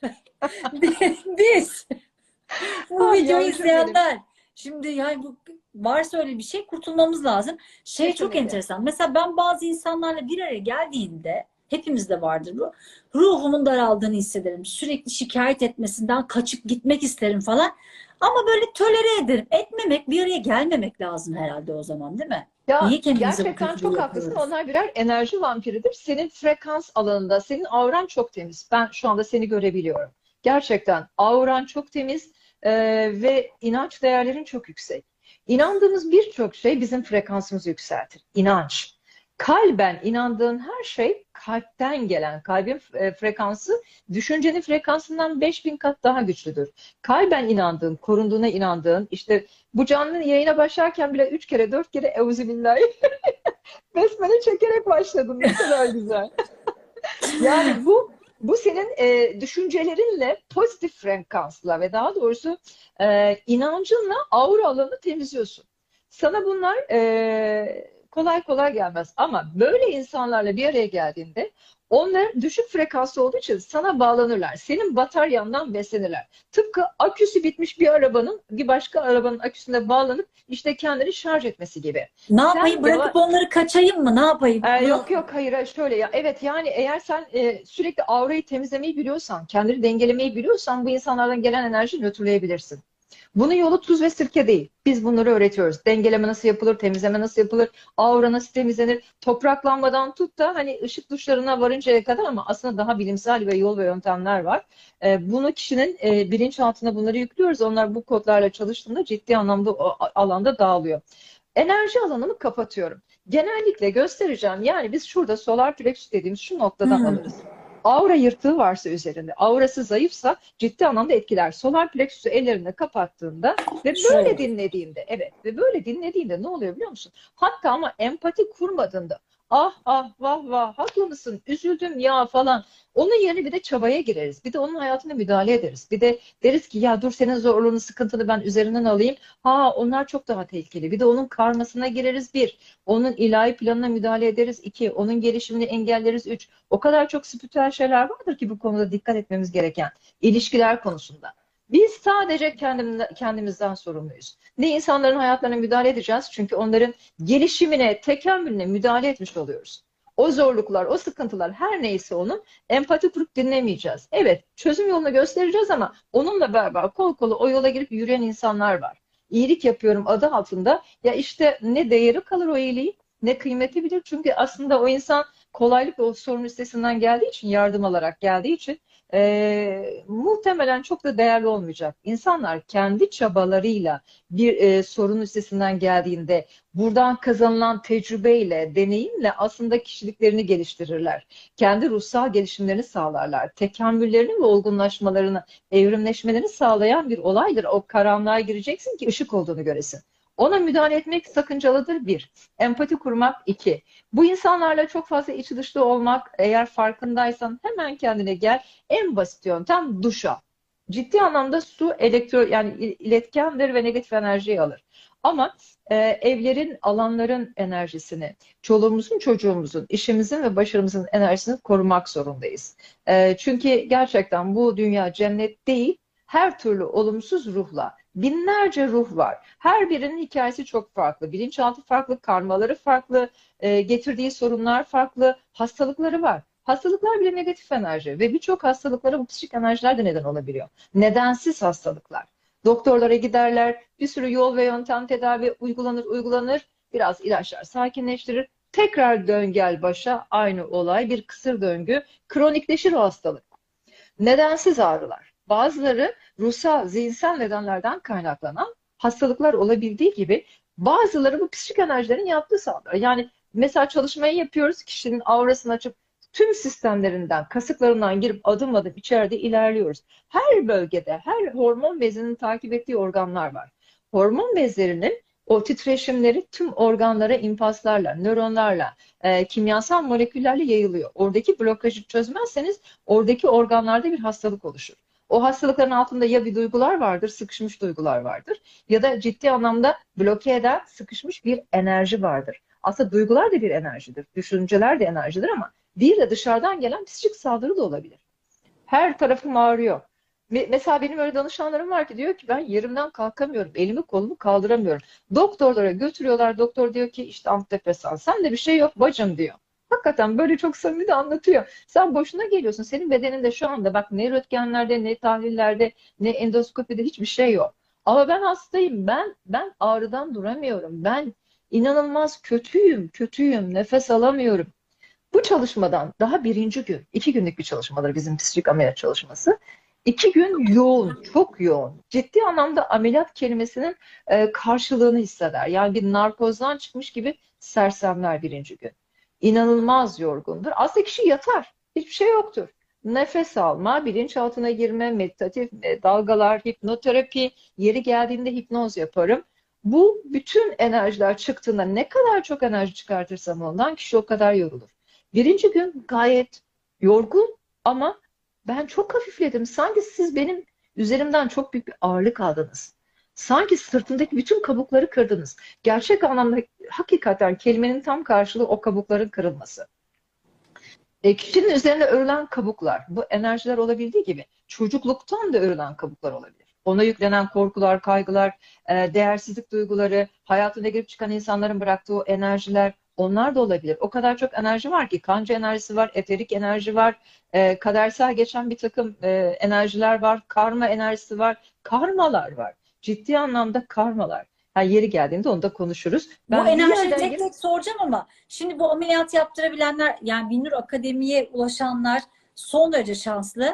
C: Biz. Bu
B: Ay
C: videoyu
B: yavrucuğum benim.
C: izleyenler. Şimdi yani varsa öyle bir şey, kurtulmamız lazım. Şey çok
B: Kesinlikle.
C: enteresan. Mesela ben bazı insanlarla bir araya geldiğimde, hepimizde vardır bu. Ruhumun daraldığını hissederim. Sürekli şikayet etmesinden kaçıp gitmek isterim falan. Ama böyle tolere ederim. Etmemek, bir araya gelmemek lazım herhalde o zaman, değil mi?
B: Ya
C: Niye kendimize bu
B: gerçekten
C: kötülüğü
B: çok haklısın.
C: yapıyoruz?
B: Onlar birer enerji vampiridir. Senin frekans alanında, senin auran çok temiz. Ben şu anda seni görebiliyorum. Gerçekten auran çok temiz ve inanç değerlerin çok yüksek. İnandığımız birçok şey bizim frekansımızı yükseltir. İnanç. Kalben inandığın her şey kalpten gelen. Kalbin frekansı düşüncenin frekansından 5000 kat daha güçlüdür. Kalben inandığın, korunduğuna inandığın, işte bu canlı yayına başlarken bile 3 kere 4 kere Euzubillahi besmele çekerek başladım. Ne kadar güzel. Yani bu senin düşüncelerinle pozitif frekansla ve daha doğrusu inancınla aura alanı temizliyorsun. Sana bunlar kolay kolay gelmez ama böyle insanlarla bir araya geldiğinde onlar düşük frekanslı olduğu için sana bağlanırlar. Senin bataryandan beslenirler. Tıpkı aküsü bitmiş bir arabanın bir başka arabanın aküsüne bağlanıp işte kendini şarj etmesi gibi.
C: Ne
B: Sen
C: yapayım? Bırakıp onları kaçayım mı? Ne yapayım?
B: Yok hayır şöyle ya evet yani eğer sen sürekli aurayı temizlemeyi biliyorsan kendini dengelemeyi biliyorsan bu insanlardan gelen enerjiyi nötrleyebilirsin. Bunun yolu tuz ve sirke değil. Biz bunları öğretiyoruz. Dengeleme nasıl yapılır, temizleme nasıl yapılır, aura nasıl temizlenir, topraklanmadan tut da hani ışık duşlarına varıncaya kadar ama aslında daha bilimsel ve yol ve yöntemler var. Bunu kişinin bilinçaltına bunları yüklüyoruz. Onlar bu kodlarla çalıştığında ciddi anlamda o alanda dağılıyor. Enerji alanımı kapatıyorum. Genellikle göstereceğim. Yani biz şurada solar plexus dediğimiz şu noktadan
C: Hmm.
B: alırız. Aura yırtığı varsa üzerinde, aurası zayıfsa ciddi anlamda etkiler. Solar plexus'u ellerine kapattığında ve böyle
C: Şöyle.
B: dinlediğinde, evet ve böyle dinlediğinde ne oluyor biliyor musun? Hatta ama empati kurmadığında ah ah vah vah haklı mısın, üzüldüm ya falan. Onun yerine bir de çabaya gireriz. Bir de onun hayatına müdahale ederiz. Bir de deriz ki ya dur senin zorluğunu, sıkıntını ben üzerinden alayım. Ha onlar çok daha tehlikeli. Bir de onun karmasına gireriz bir. Onun ilahi planına müdahale ederiz iki. Onun gelişimini engelleriz üç. O kadar çok spiritüel şeyler vardır ki bu konuda dikkat etmemiz gereken. İlişkiler konusunda. Biz sadece kendimizden sorumluyuz. Ne insanların hayatlarına müdahale edeceğiz çünkü onların gelişimine, tekamülüne müdahale etmiş oluyoruz. O zorluklar, o sıkıntılar her neyse onun empati kurup dinlemeyeceğiz. Evet, çözüm yolunu göstereceğiz ama onunla beraber kol kola o yola girip yürüyen insanlar var. İyilik yapıyorum adı altında. Ya işte ne değeri kalır o iyiliğin, ne kıymeti bilir. Çünkü aslında o insan kolaylıkla o sorun üstesinden geldiği için, yardım alarak geldiği için muhtemelen çok da değerli olmayacak. İnsanlar kendi çabalarıyla bir sorun üstesinden geldiğinde buradan kazanılan tecrübeyle, deneyimle aslında kişiliklerini geliştirirler. Kendi ruhsal gelişimlerini sağlarlar. Tekamüllerini ve olgunlaşmalarını, evrimleşmelerini sağlayan bir olaydır. O karanlığa gireceksin ki ışık olduğunu göresin. Ona müdahale etmek sakıncalıdır bir. Empati kurmak iki. Bu insanlarla çok fazla içi dışta olmak, eğer farkındaysan hemen kendine gel. En basit yöntem duş al. Ciddi anlamda su yani iletkendir ve negatif enerjiyi alır. Ama evlerin, alanların enerjisini, çoluğumuzun, çocuğumuzun, işimizin ve başarımızın enerjisini korumak zorundayız. Çünkü gerçekten bu dünya cennet değil, her türlü olumsuz ruhla, binlerce ruh var. Her birinin hikayesi çok farklı, bilinçaltı farklı, karmaları farklı, getirdiği sorunlar farklı, hastalıkları var. Hastalıklar bile negatif enerji ve birçok hastalıklara bu psikik enerjiler de neden olabiliyor. Nedensiz hastalıklar. Doktorlara giderler, bir sürü yol ve yöntem tedavi uygulanır. Biraz ilaçlar sakinleştirir. Tekrar dön gel başa aynı olay, bir kısır döngü. Kronikleşir o hastalık. Nedensiz ağrılar. Bazıları ruhsal, zihinsel nedenlerden kaynaklanan hastalıklar olabildiği gibi bazıları bu psikik enerjilerin yaptığı saldırı. Yani mesela çalışmayı yapıyoruz, kişinin aurasını açıp tüm sistemlerinden, kasıklarından girip adım adım içeride ilerliyoruz. Her bölgede, her hormon bezinin takip ettiği organlar var. Hormon bezlerinin o titreşimleri tüm organlara impaslarla, nöronlarla, kimyasal moleküllerle yayılıyor. Oradaki blokajı çözmezseniz oradaki organlarda bir hastalık oluşur. O hastalıkların altında ya bir duygular vardır, sıkışmış duygular vardır ya da ciddi anlamda bloke eden, sıkışmış bir enerji vardır. Aslında duygular da bir enerjidir, düşünceler de enerjidir ama bir de dışarıdan gelen psikik saldırı da olabilir. Her tarafım ağrıyor. Mesela benim öyle danışanlarım var ki diyor ki ben yerimden kalkamıyorum, elimi kolumu kaldıramıyorum. Doktorlara götürüyorlar, doktor diyor ki işte antidepresan, sende bir şey yok bacım diyor. Hakikaten böyle çok samimi de anlatıyor. Sen boşuna geliyorsun. Senin bedeninde şu anda bak ne röntgenlerde, ne tahlillerde, ne endoskopide hiçbir şey yok. Ama ben hastayım. Ben ağrıdan duramıyorum. Ben inanılmaz kötüyüm. Nefes alamıyorum. Bu çalışmadan daha birinci gün, 2 günlük bir çalışmadır bizim psikik ameliyat çalışması. 2 gün yoğun, çok yoğun. Ciddi anlamda ameliyat kelimesinin karşılığını hisseder. Yani bir narkozdan çıkmış gibi sersemler birinci gün. İnanılmaz yorgundur. Aslında kişi yatar. Hiçbir şey yoktur. Nefes alma, bilinçaltına girme, meditatif dalgalar, hipnoterapi, yeri geldiğinde hipnoz yaparım. Bu bütün enerjiler çıktığında ne kadar çok enerji çıkartırsam ondan kişi o kadar yorulur. Birinci gün gayet yorgun ama ben çok hafifledim. Sanki siz benim üzerimden çok büyük bir ağırlık aldınız. Sanki sırtımdaki bütün kabukları kırdınız. Gerçek anlamda hakikaten kelimenin tam karşılığı o kabukların kırılması. Kişinin üzerine örülen kabuklar, bu enerjiler olabildiği gibi çocukluktan da örülen kabuklar olabilir. Ona yüklenen korkular, kaygılar, değersizlik duyguları, hayatına girip çıkan insanların bıraktığı o enerjiler, onlar da olabilir. O kadar çok enerji var ki, kanca enerjisi var, eterik enerji var, kadersel geçen bir takım enerjiler var, karma enerjisi var, karmalar var. Ciddi anlamda karmalar. Yani yeri geldiğinde onu da konuşuruz.
C: Bu enerjiyi
B: yerden
C: tek tek soracağım ama şimdi bu ameliyat yaptırabilenler, yani Binnur Akademi'ye ulaşanlar son derece şanslı.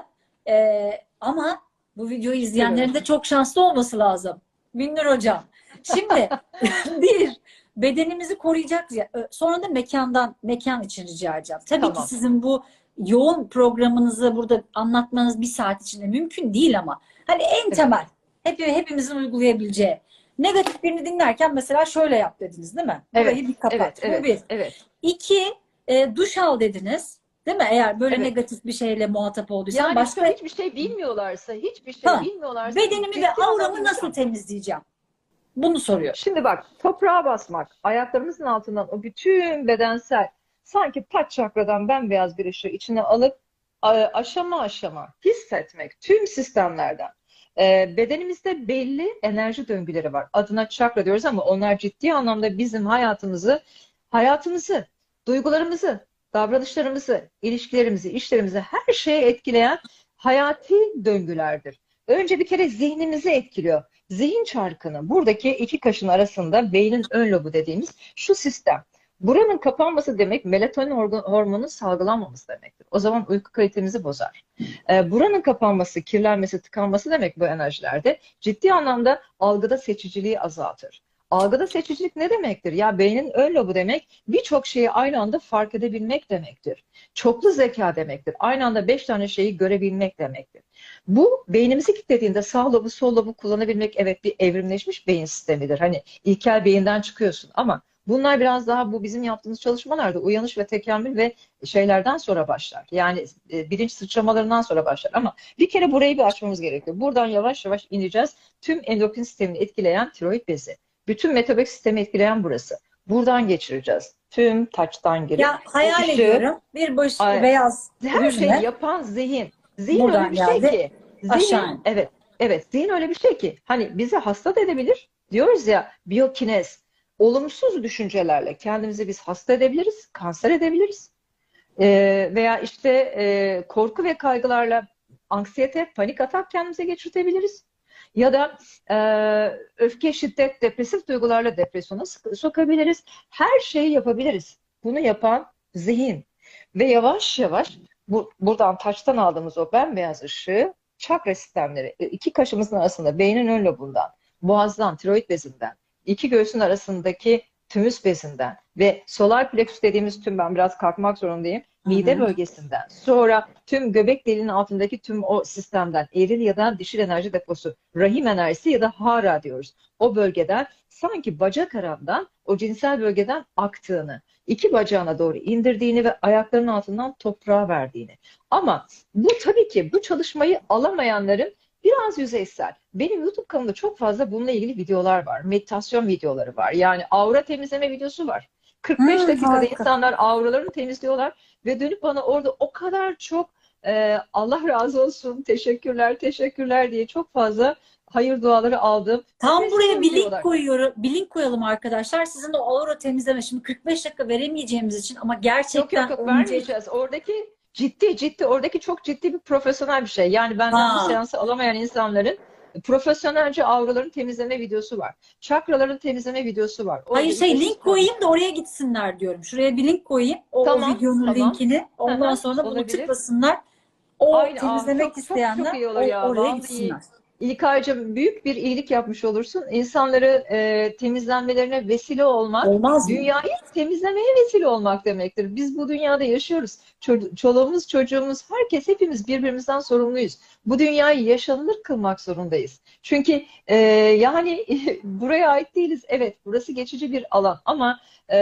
C: Ama bu videoyu izleyenlerin de çok şanslı olması lazım. Binnur Hocam. Şimdi bir, bedenimizi koruyacak ya. Sonra da mekan için rica edeceğim. Tabii
B: Tamam.
C: ki sizin bu yoğun programınızı burada anlatmanız bir saat içinde mümkün değil ama hani en temel hepimizin uygulayabileceği. Negatif birini dinlerken mesela şöyle yap dediniz değil mi? Burayı bir kapat.
B: Evet,
C: Bu bir.
B: evet.
C: 2, duş al dediniz. Değil mi? Eğer böyle
B: Evet.
C: negatif bir şeyle muhatap olduysan
B: Yani
C: başka
B: hiçbir şey bilmiyorlarsa, hiçbir şey
C: ha,
B: bilmiyorlarsa
C: bedenimi ve
B: ciddi anlamda
C: auramı nasıl temizleyeceğim? Bunu soruyor.
B: Şimdi bak, toprağa basmak, ayaklarımızın altından o bütün bedensel, sanki taç çakradan bembeyaz bir ışığı içine alıp aşama aşama hissetmek tüm sistemlerden. Bedenimizde belli enerji döngüleri var. Adına çakra diyoruz ama onlar ciddi anlamda bizim hayatımızı, duygularımızı, davranışlarımızı, ilişkilerimizi, işlerimizi, her şeye etkileyen hayati döngülerdir. Önce bir kere zihnimizi etkiliyor. Zihin çarkını, buradaki iki kaşın arasında beynin ön lobu dediğimiz şu sistem. Buranın kapanması demek melatonin hormonunun salgılanmaması demektir. O zaman uyku kalitemizi bozar. Buranın kapanması, kirlenmesi, tıkanması demek bu enerjilerde ciddi anlamda algıda seçiciliği azaltır. Algıda seçicilik ne demektir? Ya beynin ön lobu demek birçok şeyi aynı anda fark edebilmek demektir. Çoklu zeka demektir. Aynı anda 5 tane şeyi görebilmek demektir. Bu beynimizi kilitlediğinde sağ lobu sol lobu kullanabilmek evet bir evrimleşmiş beyin sistemidir. Hani ilkel beyinden çıkıyorsun ama bunlar biraz daha bu bizim yaptığımız çalışmalarda uyanış ve tekamül ve şeylerden sonra başlar. Yani bilinç sıçramalarından sonra başlar. Ama bir kere burayı bir açmamız gerekiyor. Buradan yavaş yavaş ineceğiz. Tüm endokrin sistemini etkileyen tiroid bezi. Bütün metabolik sistemi etkileyen burası. Buradan geçireceğiz. Tüm taçtan girip
C: Ya
B: o
C: hayal
B: ışığı
C: ediyorum. Bir beyaz
B: her şeyi
C: yüzme
B: yapan zihin. Zihin öyle
C: buradan
B: bir şey
C: geldi
B: ki.
C: aşağı
B: Zihin,
C: indi.
B: evet, evet, zihin öyle bir şey ki. Hani bizi hasta da edebilir. Diyoruz ya, biyokinez. Olumsuz düşüncelerle kendimizi biz hasta edebiliriz, kanser edebiliriz. Veya işte korku ve kaygılarla anksiyete, panik atak kendimize geçirtebiliriz. Ya da öfke, şiddet, depresif duygularla depresyona sokabiliriz. Her şeyi yapabiliriz. Bunu yapan zihin. Ve yavaş yavaş buradan taçtan aldığımız o bembeyaz ışığı çakra sistemleri, iki kaşımızın arasında beynin ön lobundan, boğazdan, tiroid bezinden, iki göğsün arasındaki tümüs bezinden ve solar plexus dediğimiz tüm, ben biraz kalkmak zorundayım,
C: Hı
B: mide
C: hı.
B: bölgesinden, sonra tüm göbek deliğinin altındaki tüm o sistemden, eril ya da dişil enerji deposu, rahim enerjisi ya da hara diyoruz. O bölgeden sanki bacak aramdan, o cinsel bölgeden aktığını, iki bacağına doğru indirdiğini ve ayaklarının altından toprağa verdiğini. Ama bu tabii ki bu çalışmayı alamayanların biraz yüzeysel. Benim YouTube kanalımda çok fazla bununla ilgili videolar var. Meditasyon videoları var. Yani aura temizleme videosu var. 45 dakikada
C: Harika.
B: insanlar auralarını temizliyorlar ve dönüp bana orada o kadar çok Allah razı olsun, teşekkürler, teşekkürler diye çok fazla hayır duaları aldım.
C: Tam buraya bir
B: Teslim
C: link
B: diyorlar.
C: koyuyorum. Bir link koyalım arkadaşlar. Sizin o aura temizleme. Şimdi 45 dakika veremeyeceğimiz için ama
B: Yok yok
C: gerçekten
B: yok,
C: önce
B: vermeyeceğiz. Oradaki ciddi, oradaki çok ciddi bir profesyonel bir şey. Yani benden bu
C: ha.
B: seansı alamayan insanların profesyonelce auraların temizleme videosu var. Çakraların temizleme videosu var.
C: Hayır
B: Orada iki
C: link
B: sistem.
C: koyayım da oraya gitsinler diyorum. Şuraya bir link koyayım. O
B: Tamam,
C: videonun
B: tamam.
C: linkini.
B: Hı
C: Ondan
B: hı,
C: sonra bunu
B: olabilir.
C: tıklasınlar. O
B: Aynı
C: temizlemek
B: çok çok çok
C: isteyenler
B: iyi olur ya.
C: oraya
B: Vallahi
C: gitsinler.
B: İlkaycığım, büyük bir iyilik yapmış olursun. İnsanları temizlenmelerine vesile olmak,
C: Olmaz mı?
B: dünyayı temizlemeye vesile olmak demektir. Biz bu dünyada yaşıyoruz. Çoluğumuz, çocuğumuz, herkes, hepimiz birbirimizden sorumluyuz. Bu dünyayı yaşanılır kılmak zorundayız. Çünkü yani buraya ait değiliz. Evet, burası geçici bir alan ama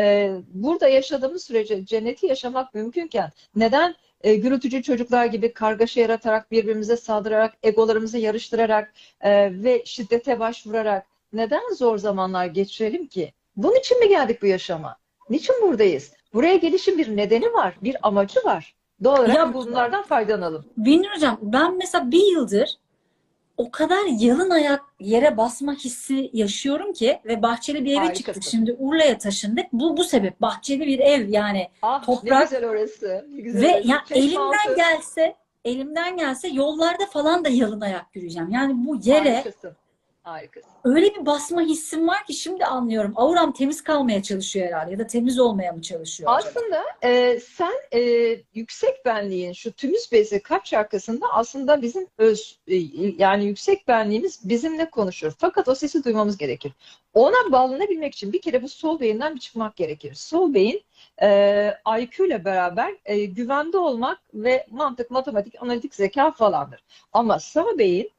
B: burada yaşadığımız sürece cenneti yaşamak mümkünken neden gürültücü çocuklar gibi kargaşa yaratarak, birbirimize saldırarak, egolarımızı yarıştırarak ve şiddete başvurarak neden zor zamanlar geçirelim ki? Bunun için mi geldik bu yaşama? Niçin buradayız? Buraya gelişin bir nedeni var, bir amacı var. Doğal olarak
C: Ya
B: bunlardan faydalanalım.
C: Binur Hocam ben mesela bir yıldır o kadar yalın ayak yere basma hissi yaşıyorum ki ve bahçeli bir eve çıktık.
B: Harikasın.
C: Şimdi Urla'ya taşındık. Bu sebep bahçeli bir ev yani
B: Ah, ne
C: toprak
B: güzel orası, ne güzel
C: ve
B: orası.
C: ya
B: Çeşmealtı.
C: elimden gelse yollarda falan da yalın ayak yürüyeceğim. Yani bu yere
B: Harikasın, harikasın.
C: öyle bir basma hissim var ki şimdi anlıyorum. Auram temiz kalmaya çalışıyor herhalde ya da temiz olmaya mı çalışıyor acaba?
B: Aslında sen yüksek benliğin şu tümüs bezi kalp çakrasında aslında bizim yani yüksek benliğimiz bizimle konuşur. Fakat o sesi duymamız gerekir. Ona bağlanabilmek için bir kere bu sol beyinden bir çıkmak gerekir. Sol beyin IQ ile beraber güvende olmak ve mantık, matematik, analitik zeka falandır. Ama sağ beyin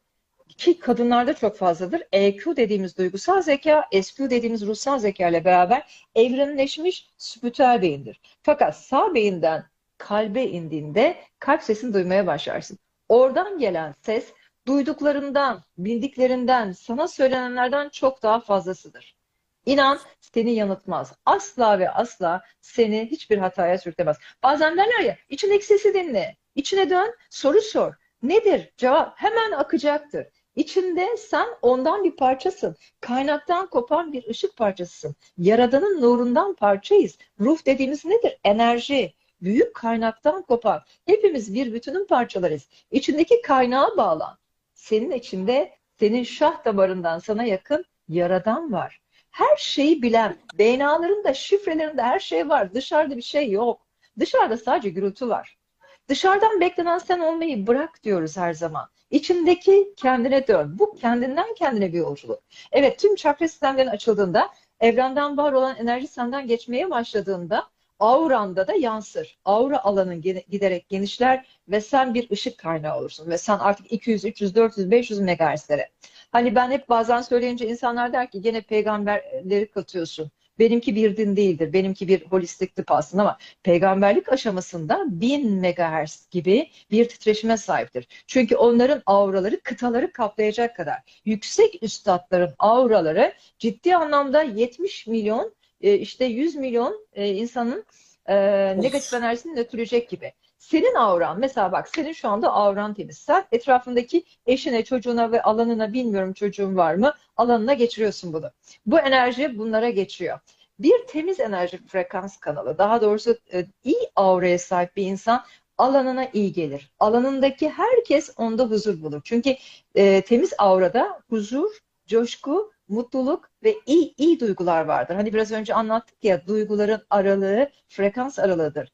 B: ki kadınlarda çok fazladır. EQ dediğimiz duygusal zeka, SQ dediğimiz ruhsal zeka ile beraber evrimleşmiş spiritüel beyindir. Fakat sağ beyinden kalbe indiğinde kalp sesini duymaya başlarsın. Oradan gelen ses duyduklarından, bildiklerinden, sana söylenenlerden çok daha fazlasıdır. İnan seni yanıltmaz. Asla ve asla seni hiçbir hataya sürüklemez. Bazen derler ya, içindeki sesi dinle, içine dön, soru sor. Nedir? Cevap hemen akacaktır. İçinde sen ondan bir parçasın. Kaynaktan kopan bir ışık parçasısın. Yaradanın nurundan parçayız. Ruh dediğimiz nedir? Enerji. Büyük kaynaktan kopan. Hepimiz bir bütünün parçalarıyız. İçindeki kaynağa bağlan. Senin içinde, senin şah damarından sana yakın Yaradan var. Her şeyi bilen, DNA'larında, şifrelerinde her şey var. Dışarıda bir şey yok. Dışarıda sadece gürültü var. Dışarıdan beklenen sen olmayı bırak diyoruz her zaman. İçindeki kendine dön. Bu kendinden kendine bir yolculuk. Evet, tüm çakra sistemlerin açıldığında, evrenden var olan enerji senden geçmeye başladığında auranda da yansır. Aura alanın giderek genişler ve sen bir ışık kaynağı olursun. Ve sen artık 200, 300, 400, 500 megahertzlere. Hani ben hep bazen söyleyince insanlar der ki gene peygamberleri katıyorsun. Benimki bir din değildir. Benimki bir holistik tıp aslında ama peygamberlik aşamasında 1000 megahertz gibi bir titreşime sahiptir. Çünkü onların auraları kıtaları kaplayacak kadar. Yüksek üstatların auraları ciddi anlamda 70 milyon işte 100 milyon insanın negatif enerjisini nötrleyecek gibi. Senin auran mesela bak senin şu anda auran temiz. Sen etrafındaki eşine, çocuğuna ve alanına bilmiyorum çocuğun var mı alanına geçiriyorsun bunu. Bu enerji bunlara geçiyor. Bir temiz enerji frekans kanalı daha doğrusu iyi auraya sahip bir insan alanına iyi gelir. Alanındaki herkes onda huzur bulur. Çünkü temiz aurada huzur, coşku, mutluluk ve iyi duygular vardır. Hani biraz önce anlattık ya duyguların aralığı frekans aralığıdır.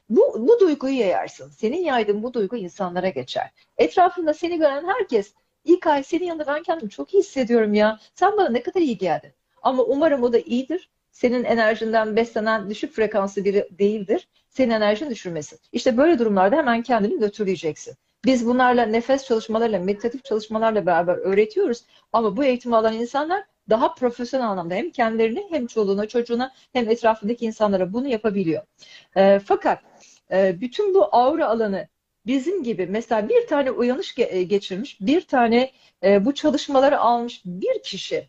B: Bu duyguyu yayarsın. Senin yaydığın bu duygu insanlara geçer. Etrafında seni gören herkes ilk ay senin yanında ben kendimi çok iyi hissediyorum ya. Sen bana ne kadar iyi geldin. Ama umarım o da iyidir. Senin enerjinden beslenen düşük frekanslı biri değildir. Senin enerjini düşürmesin. İşte böyle durumlarda hemen kendini götürleyeceksin. Biz bunlarla nefes çalışmalarıyla, meditatif çalışmalarla beraber öğretiyoruz. Ama bu eğitimi alan insanlar daha profesyonel anlamda hem kendilerini hem çoluğuna, çocuğuna hem etrafındaki insanlara bunu yapabiliyor. Fakat bütün bu aura alanı bizim gibi mesela bir tane uyanış geçirmiş, bir tane bu çalışmaları almış bir kişi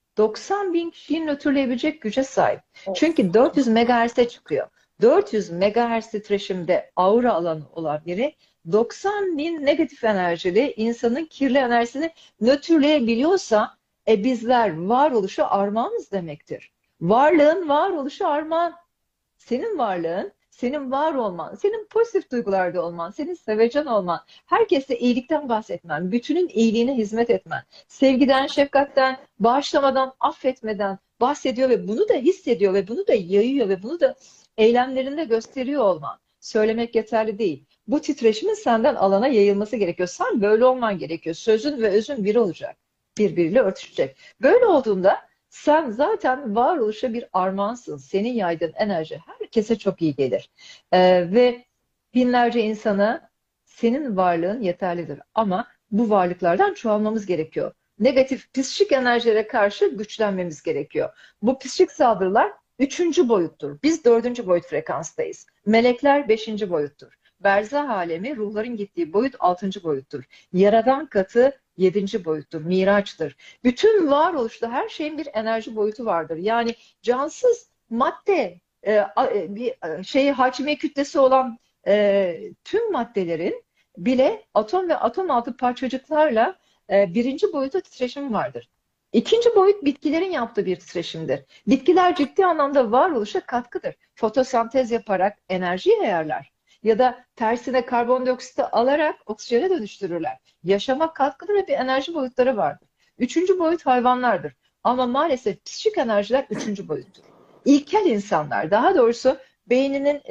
B: 90 bin kişiyi nötrleyebilecek güce sahip. Çünkü 400 megahertz'e çıkıyor. 400 megahertz titreşimde aura alanı olan biri 90 bin negatif enerjili insanın kirli enerjisini nötrleyebiliyorsa bizler varoluşu armağanız demektir. Varlığın varoluşu armağan. Senin varlığın, senin var olman, senin pozitif duygularda olman, senin sevecen olman, herkese iyilikten bahsetmen, bütünün iyiliğine hizmet etmen, sevgiden, şefkatten, bağışlamadan, affetmeden bahsediyor ve bunu da hissediyor ve bunu da yayıyor ve bunu da eylemlerinde gösteriyor olman. Söylemek yeterli değil. Bu titreşimin senden alana yayılması gerekiyor. Sen böyle olman gerekiyor. Sözün ve özün bir olacak. Birbiriyle örtüşecek. Böyle olduğunda sen zaten varoluşa bir armağansın. Senin yaydığın enerji herkese çok iyi gelir. Ve binlerce insana senin varlığın yeterlidir. Ama bu varlıklardan çoğalmamız gerekiyor. Negatif psikik enerjilere karşı güçlenmemiz gerekiyor. Bu psikik saldırılar üçüncü boyuttur. Biz dördüncü boyut frekanstayız. Melekler beşinci boyuttur. Berzah alemi ruhların gittiği boyut altıncı boyuttur. Yaradan katı yedinci boyuttur, miraçtır. Bütün varoluşta her şeyin bir enerji boyutu vardır. Yani cansız madde, bir hacmi kütlesi olan tüm maddelerin bile atom ve atom altı parçacıklarla birinci boyuta titreşimi vardır. İkinci boyut bitkilerin yaptığı bir titreşimdir. Bitkiler ciddi anlamda varoluşa katkıdır. Fotosentez yaparak enerji yayarlar. Ya da tersine karbondioksiti alarak oksijene dönüştürürler. Yaşama katkıdır ve bir enerji boyutları vardır. Üçüncü boyut hayvanlardır. Ama maalesef psikik enerjiler üçüncü boyuttur. İlkel insanlar, daha doğrusu beyninin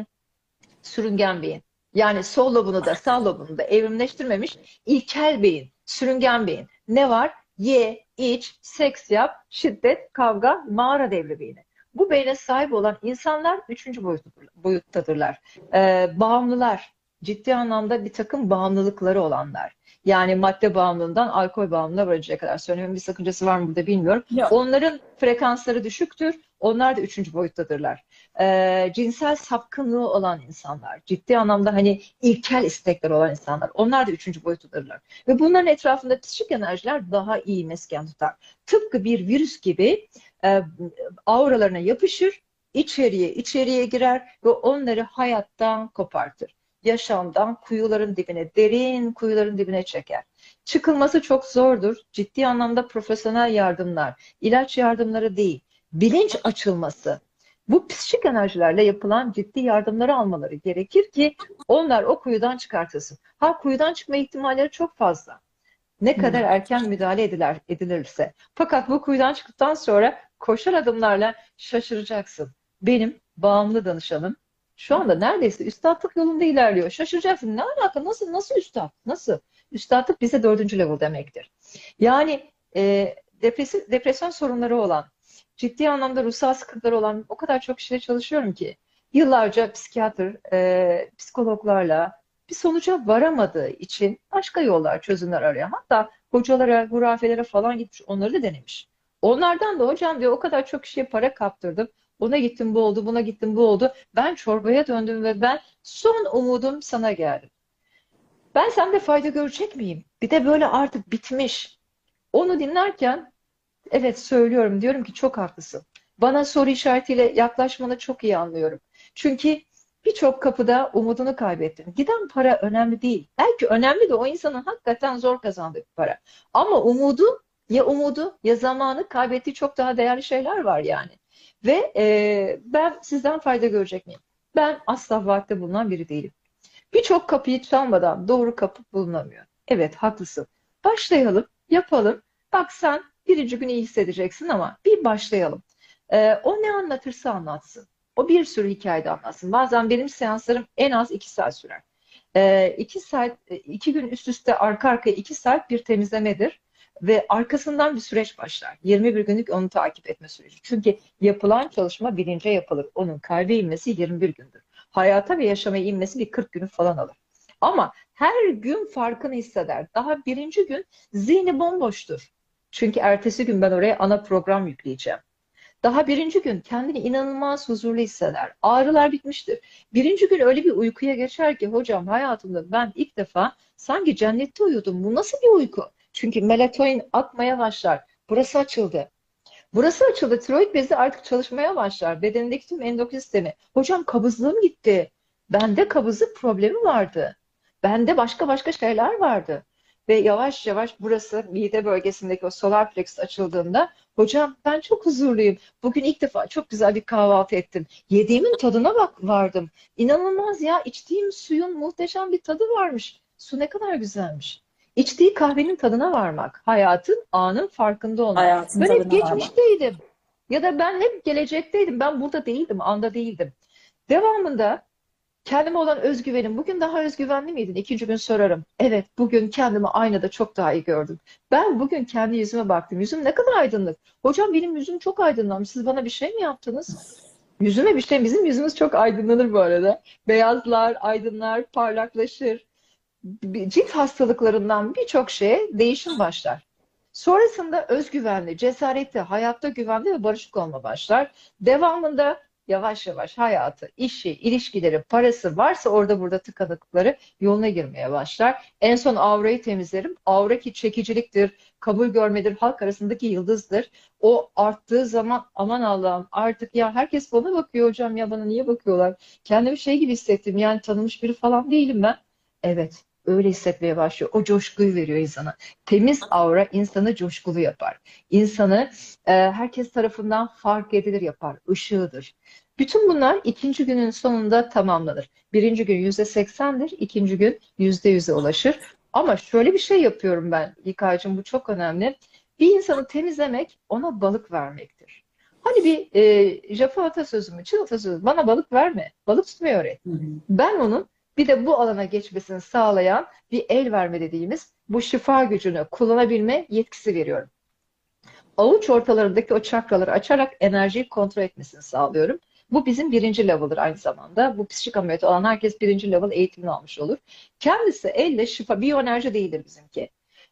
B: sürüngen beyin. Yani sol lobunu da sağ lobunu da evrimleştirmemiş ilkel beyin, sürüngen beyin. Ne var? Ye, iç, seks yap, şiddet, kavga, mağara devri beyni. Bu beyne sahip olan insanlar üçüncü boyuttadırlar. Bağımlılar, ciddi anlamda bir takım bağımlılıkları olanlar. Yani madde bağımlılığından alkol bağımlılığına varıncaya kadar, söylememin bir sakıncası var mı burada bilmiyorum.
C: Yok.
B: Onların frekansları düşüktür. Onlar da üçüncü boyuttadırlar. Cinsel sapkınlığı olan insanlar, ciddi anlamda hani ilkel istekler olan insanlar, onlar da üçüncü boyuttadırlar. Ve bunların etrafında psikik enerjiler daha iyi mesken tutar. Tıpkı bir virüs gibi auralarına yapışır, içeriye girer ve onları hayattan kopartır. Yaşamdan kuyuların dibine, derin kuyuların dibine çeker. Çıkılması çok zordur. Ciddi anlamda profesyonel yardımlar, ilaç yardımları değil, bilinç açılması. Bu psikik enerjilerle yapılan ciddi yardımları almaları gerekir ki onlar o kuyudan çıkartılsın. Ha, kuyudan çıkma ihtimalleri çok fazla. Ne kadar erken müdahale edilirse. Fakat bu kuyudan çıktıktan sonra koşar adımlarla şaşıracaksın. Benim bağımlı danışanım şu anda neredeyse üstatlık yolunda ilerliyor. Şaşıracaksın. Ne alaka? Nasıl üstad? Nasıl? Üstatlık bize 4. level demektir. Yani depresyon sorunları olan, ciddi anlamda ruhsal sıkıntıları olan o kadar çok kişiyle çalışıyorum ki yıllarca psikologlarla bir sonuca varamadığı için başka yollar, çözümler arıyor. Hatta hocalara, hurafelere falan gitmiş, onları da denemiş. Onlardan da hocam diyor o kadar çok kişiye para kaptırdım. Ona gittim bu oldu, buna gittim bu oldu. Ben çorbaya döndüm ve ben son umudum sana geldim. Ben sende fayda görecek miyim? Bir de böyle artık bitmiş. Onu dinlerken evet söylüyorum, diyorum ki çok haklısın. Bana soru işaretiyle yaklaşmanı çok iyi anlıyorum. Çünkü birçok kapıda umudunu kaybettin. Giden para önemli değil. Belki önemli de o insanın hakikaten zor kazandığı bir para. Ama umudu ya zamanı kaybettiği çok daha değerli şeyler var yani. Ve ben sizden fayda görecek miyim? Ben asla vaatte bulunan biri değilim. Birçok kapıyı çalmadan doğru kapı bulunamıyor. Evet, haklısın. Başlayalım, yapalım. Bak sen birinci gün iyi hissedeceksin ama bir başlayalım. O ne anlatırsa anlatsın. O bir sürü hikayede anlatsın. Bazen benim seanslarım en az 2 saat sürer. 2 saat, 2 gün üst üste arka arkaya 2 saat bir temizlemedir. Ve arkasından bir süreç başlar. 21 günlük onu takip etme süreci. Çünkü yapılan çalışma bilince yapılır. Onun kalbe inmesi 21 gündür. Hayata ve yaşamaya inmesi bir 40 günü falan alır. Ama her gün farkını hisseder. Daha birinci gün zihni bomboştur. Çünkü ertesi gün ben oraya ana program yükleyeceğim. Daha birinci gün kendini inanılmaz huzurlu hisseder. Ağrılar bitmiştir. Birinci gün öyle bir uykuya geçer ki hocam hayatımda ben ilk defa sanki cennette uyudum. Bu nasıl bir uyku? Çünkü melatonin akmaya başlar. Burası açıldı. Burası açıldı. Tiroid bezi artık çalışmaya başlar. Bedenindeki tüm endokrin sistemi. Hocam kabızlığım gitti. Bende kabızlık problemi vardı. Bende başka şeyler vardı. Ve yavaş yavaş burası mide bölgesindeki o solar plexus açıldığında hocam ben çok huzurluyum. Bugün ilk defa çok güzel bir kahvaltı ettim. Yediğimin tadına vardım. İnanılmaz ya, içtiğim suyun muhteşem bir tadı varmış. Su ne kadar güzelmiş. İçtiği kahvenin tadına varmak, hayatın, anın farkında olmak.
C: Hayatın
B: Ben hep
C: tadına varmak.
B: geçmişteydim. Ya da ben hep gelecekteydim. Ben burada değildim, anda değildim. Devamında kendime olan özgüvenim. Bugün daha özgüvenli miydin? İkinci gün sorarım. Evet, bugün kendimi aynada çok daha iyi gördüm. Ben bugün kendi yüzüme baktım. Yüzüm ne kadar aydınlık. Hocam benim yüzüm çok aydınlanmış. Siz bana bir şey mi yaptınız? Yüzüme bir şey. Bizim yüzümüz çok aydınlanır bu arada. Beyazlar, aydınlar, parlaklaşır. Cilt hastalıklarından birçok şeye değişim başlar. Sonrasında özgüvenli, cesaretli, hayatta güvenli ve barışık olma başlar. Devamında yavaş yavaş hayatı, işi, ilişkileri, parası varsa orada burada tıkanıklıkları yoluna girmeye başlar. En son aurayı temizlerim. Aura ki çekiciliktir, kabul görmedir, halk arasındaki yıldızdır. O arttığı zaman aman Allah'ım artık ya herkes bana bakıyor hocam, ya bana niye bakıyorlar? Kendimi şey gibi hissettim, yani tanınmış biri falan değilim ben. Evet, öyle hissetmeye başlıyor. O coşkuyu veriyor insana. Temiz aura insanı coşkulu yapar. İnsanı herkes tarafından fark edilir yapar. Işığıdır. Bütün bunlar ikinci günün sonunda tamamlanır. Birinci gün %80'dir, ikinci gün %100'e ulaşır. Ama şöyle bir şey yapıyorum ben İlkaycığım, bu çok önemli. Bir insanı temizlemek ona balık vermektir. Hani bir Japon atasözü mü, Çin atasözü mü? Bana balık verme, balık tutmayı öğret.
C: Hı hı.
B: Ben onun bir de bu alana geçmesini sağlayan bir el verme dediğimiz bu şifa gücünü kullanabilme yetkisi veriyorum. Avuç ortalarındaki o çakraları açarak enerjiyi kontrol etmesini sağlıyorum. Bu bizim birinci level'dır aynı zamanda. Bu psikik ameliyatı olan herkes birinci level eğitimini almış olur. Kendisi elle şifa, biyoenerji değildir bizimki.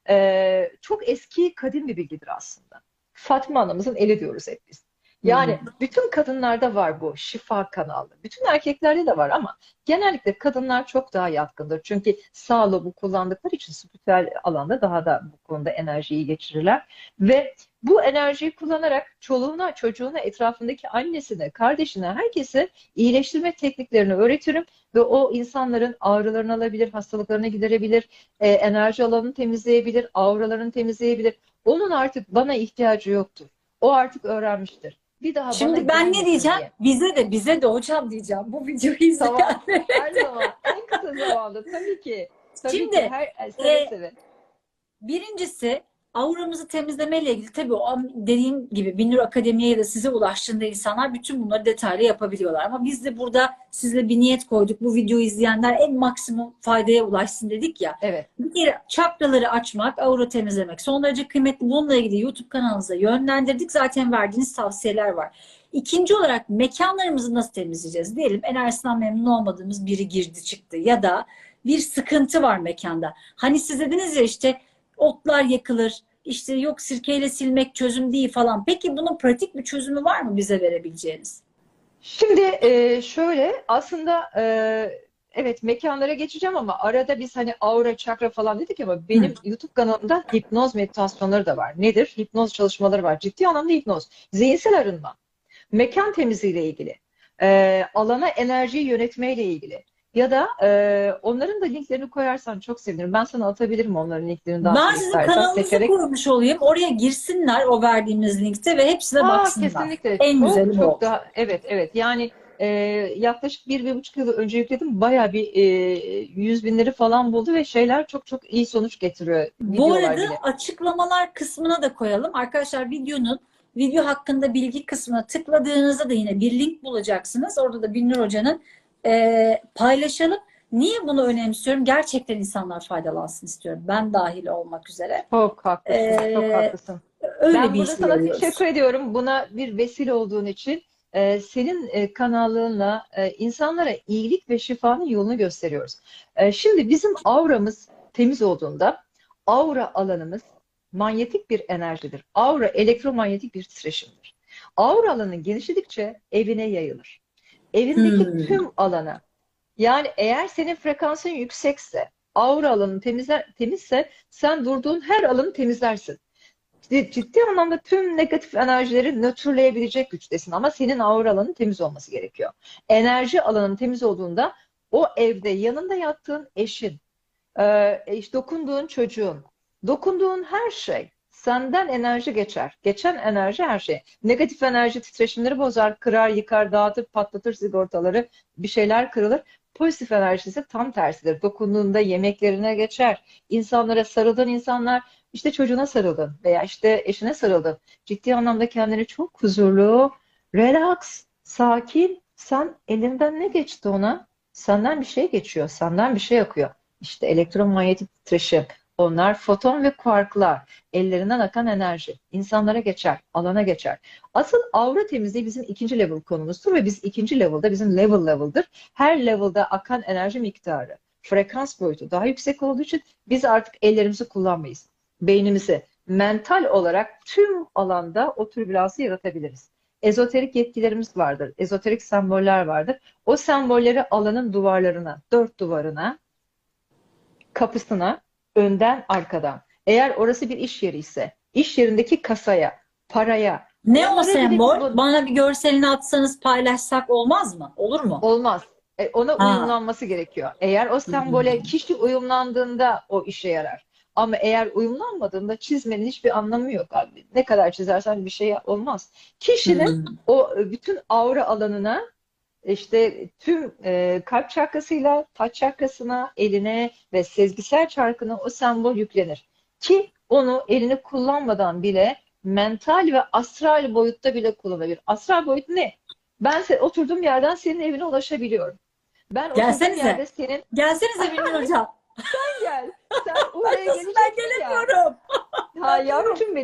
B: Çok eski kadim bir bilgidir aslında. Fatma anamızın eli diyoruz hep biz. Yani bütün kadınlarda var bu şifa kanalı. Bütün erkeklerde de var ama genellikle kadınlar çok daha yatkındır. Çünkü sağ lobu kullandıkları için spiritüel alanda daha da bu konuda enerjiyi geçirirler. Ve bu enerjiyi kullanarak çoluğuna, çocuğuna, etrafındaki annesine, kardeşine, herkese iyileştirme tekniklerini öğretirim. Ve o insanların ağrılarını alabilir, hastalıklarını giderebilir, enerji alanını temizleyebilir, auralarını temizleyebilir. Onun artık bana ihtiyacı yoktur. O artık öğrenmiştir. Bir daha bana
C: Şimdi ben ne
B: gelmesin
C: diyeceğim?
B: diye.
C: Bize de hocam diyeceğim. Bu videoyu izleyen.
B: Tamam. Her zaman. En kısa zamanda. Tabii ki. Tabii
C: Şimdi,
B: ki. Seve seve.
C: Birincisi auramızı temizlemeyle ilgili tabii o dediğin gibi Binnur Akademi'ye ya da size ulaştığında insanlar bütün bunları detaylı yapabiliyorlar. Ama biz de burada sizle bir niyet koyduk. Bu videoyu izleyenler en maksimum faydaya ulaşsın dedik ya.
B: Evet.
C: Bir kere çakraları açmak, aura temizlemek son derece kıymetli. Bununla ilgili YouTube kanalınıza yönlendirdik. Zaten verdiğiniz tavsiyeler var. İkinci olarak mekanlarımızı nasıl temizleyeceğiz? Diyelim enerjisinden memnun olmadığımız biri girdi çıktı ya da bir sıkıntı var mekanda. Hani siz dediniz ya işte otlar yakılır, işte yok sirkeyle silmek çözüm değil falan. Peki bunun pratik bir çözümü var mı bize verebileceğiniz?
B: Şimdi şöyle aslında evet mekanlara geçeceğim ama arada biz hani aura, çakra falan dedik ama benim YouTube kanalımda hipnoz meditasyonları da var. Nedir? Hipnoz çalışmaları var. Ciddi anlamda hipnoz. Zihinsel arınma. Mekan temizliğiyle ilgili. Alana enerjiyi yönetmeyle ilgili. Ya da onların da linklerini koyarsan çok sevinirim. Ben sana atabilirim onların linklerini daha
C: Ben
B: sonra
C: sizin
B: istersen.
C: kanalınızı
B: Seçerek.
C: kurmuş olayım. Oraya girsinler o verdiğimiz linkte ve hepsine baksınlar.
B: Kesinlikle.
C: En
B: Çok
C: güzeli bu
B: çok
C: oldu.
B: daha evet. Yani yaklaşık 1,5 yıl önce yükledim. Bayağı bir 100 binleri falan buldu ve şeyler çok çok iyi sonuç getiriyor.
C: Bu
B: Videolar
C: arada
B: bile.
C: açıklamalar kısmına da koyalım. Arkadaşlar video hakkında bilgi kısmına tıkladığınızda da yine bir link bulacaksınız. Orada da Binnur Hoca'nın paylaşalım. Niye bunu önemsiyorum? Gerçekten insanlar faydalansın istiyorum. Ben dahil olmak üzere.
B: Çok haklısın. Çok haklısın.
C: Öyle
B: Ben
C: bir
B: burada
C: iş
B: sana
C: veriyoruz.
B: teşekkür ediyorum. Buna bir vesile olduğun için. Senin kanalınla insanlara iyilik ve şifanın yolunu gösteriyoruz. Şimdi bizim auramız temiz olduğunda aura alanımız manyetik bir enerjidir. Aura elektromanyetik bir titreşimdir. Aura alanı genişledikçe evine yayılır. Evindeki tüm alana, yani eğer senin frekansın yüksekse, aura alanın temizse sen durduğun her alanı temizlersin. Ciddi anlamda tüm negatif enerjileri nötrleyebilecek güçtesin ama senin aura alanın temiz olması gerekiyor. Enerji alanın temiz olduğunda o evde yanında yattığın eşin, işte dokunduğun çocuğun, dokunduğun her şey senden enerji geçer. Geçen enerji her şey. Negatif enerji titreşimleri bozar, kırar, yıkar, dağıtır, patlatır sigortaları, bir şeyler kırılır. Pozitif enerji ise tam tersidir. Dokunduğunda yemeklerine geçer. İnsanlara sarıldığın insanlar, işte çocuğuna sarıldın veya işte eşine sarıldın. Ciddi anlamda kendini çok huzurlu, relax, sakin. Sen elinden ne geçti ona? Senden bir şey geçiyor, senden bir şey akıyor. İşte elektromanyetik titreşim. Onlar foton ve kuarklar. Ellerinden akan enerji. İnsanlara geçer, alana geçer. Asıl aura temizliği bizim ikinci level konumuzdur ve biz ikinci level'da bizim level'dır. Her level'da akan enerji miktarı, frekans boyutu daha yüksek olduğu için biz artık ellerimizi kullanmayız. Beynimizi mental olarak tüm alanda o türbülansı yaratabiliriz. Ezoterik yetkilerimiz vardır. Ezoterik semboller vardır. O sembolleri alanın duvarlarına, dört duvarına, kapısına, önden, arkadan. Eğer orası bir iş yeri ise, iş yerindeki kasaya, paraya.
C: Ne o
B: onlara
C: sembol? Bana bir görselini atsanız paylaşsak olmaz mı? Olur mu?
B: Olmaz. Ona
C: Ha.
B: uyumlanması gerekiyor. Eğer o sembole kişi uyumlandığında o işe yarar. Ama eğer uyumlanmadığında çizmenin hiçbir anlamı yok abi. Ne kadar çizersen bir şey olmaz. Kişinin o bütün aura alanına, işte tüm kalp çakrasıyla taç çakrasına, eline ve sezgisel çarkına o sembol yüklenir. Ki onu elini kullanmadan bile mental ve astral boyutta bile kullanabilir. Astral boyut ne? Ben oturduğum yerden senin evine ulaşabiliyorum. Ben oturduğum
C: Gelsenize.
B: yerde senin...
C: Gelsenize Binnur Hocam.
B: Gel. Sen oraya
C: Ben
B: geleceksin ya.
C: gelemiyorum.
B: Ha yavrucuğum benim.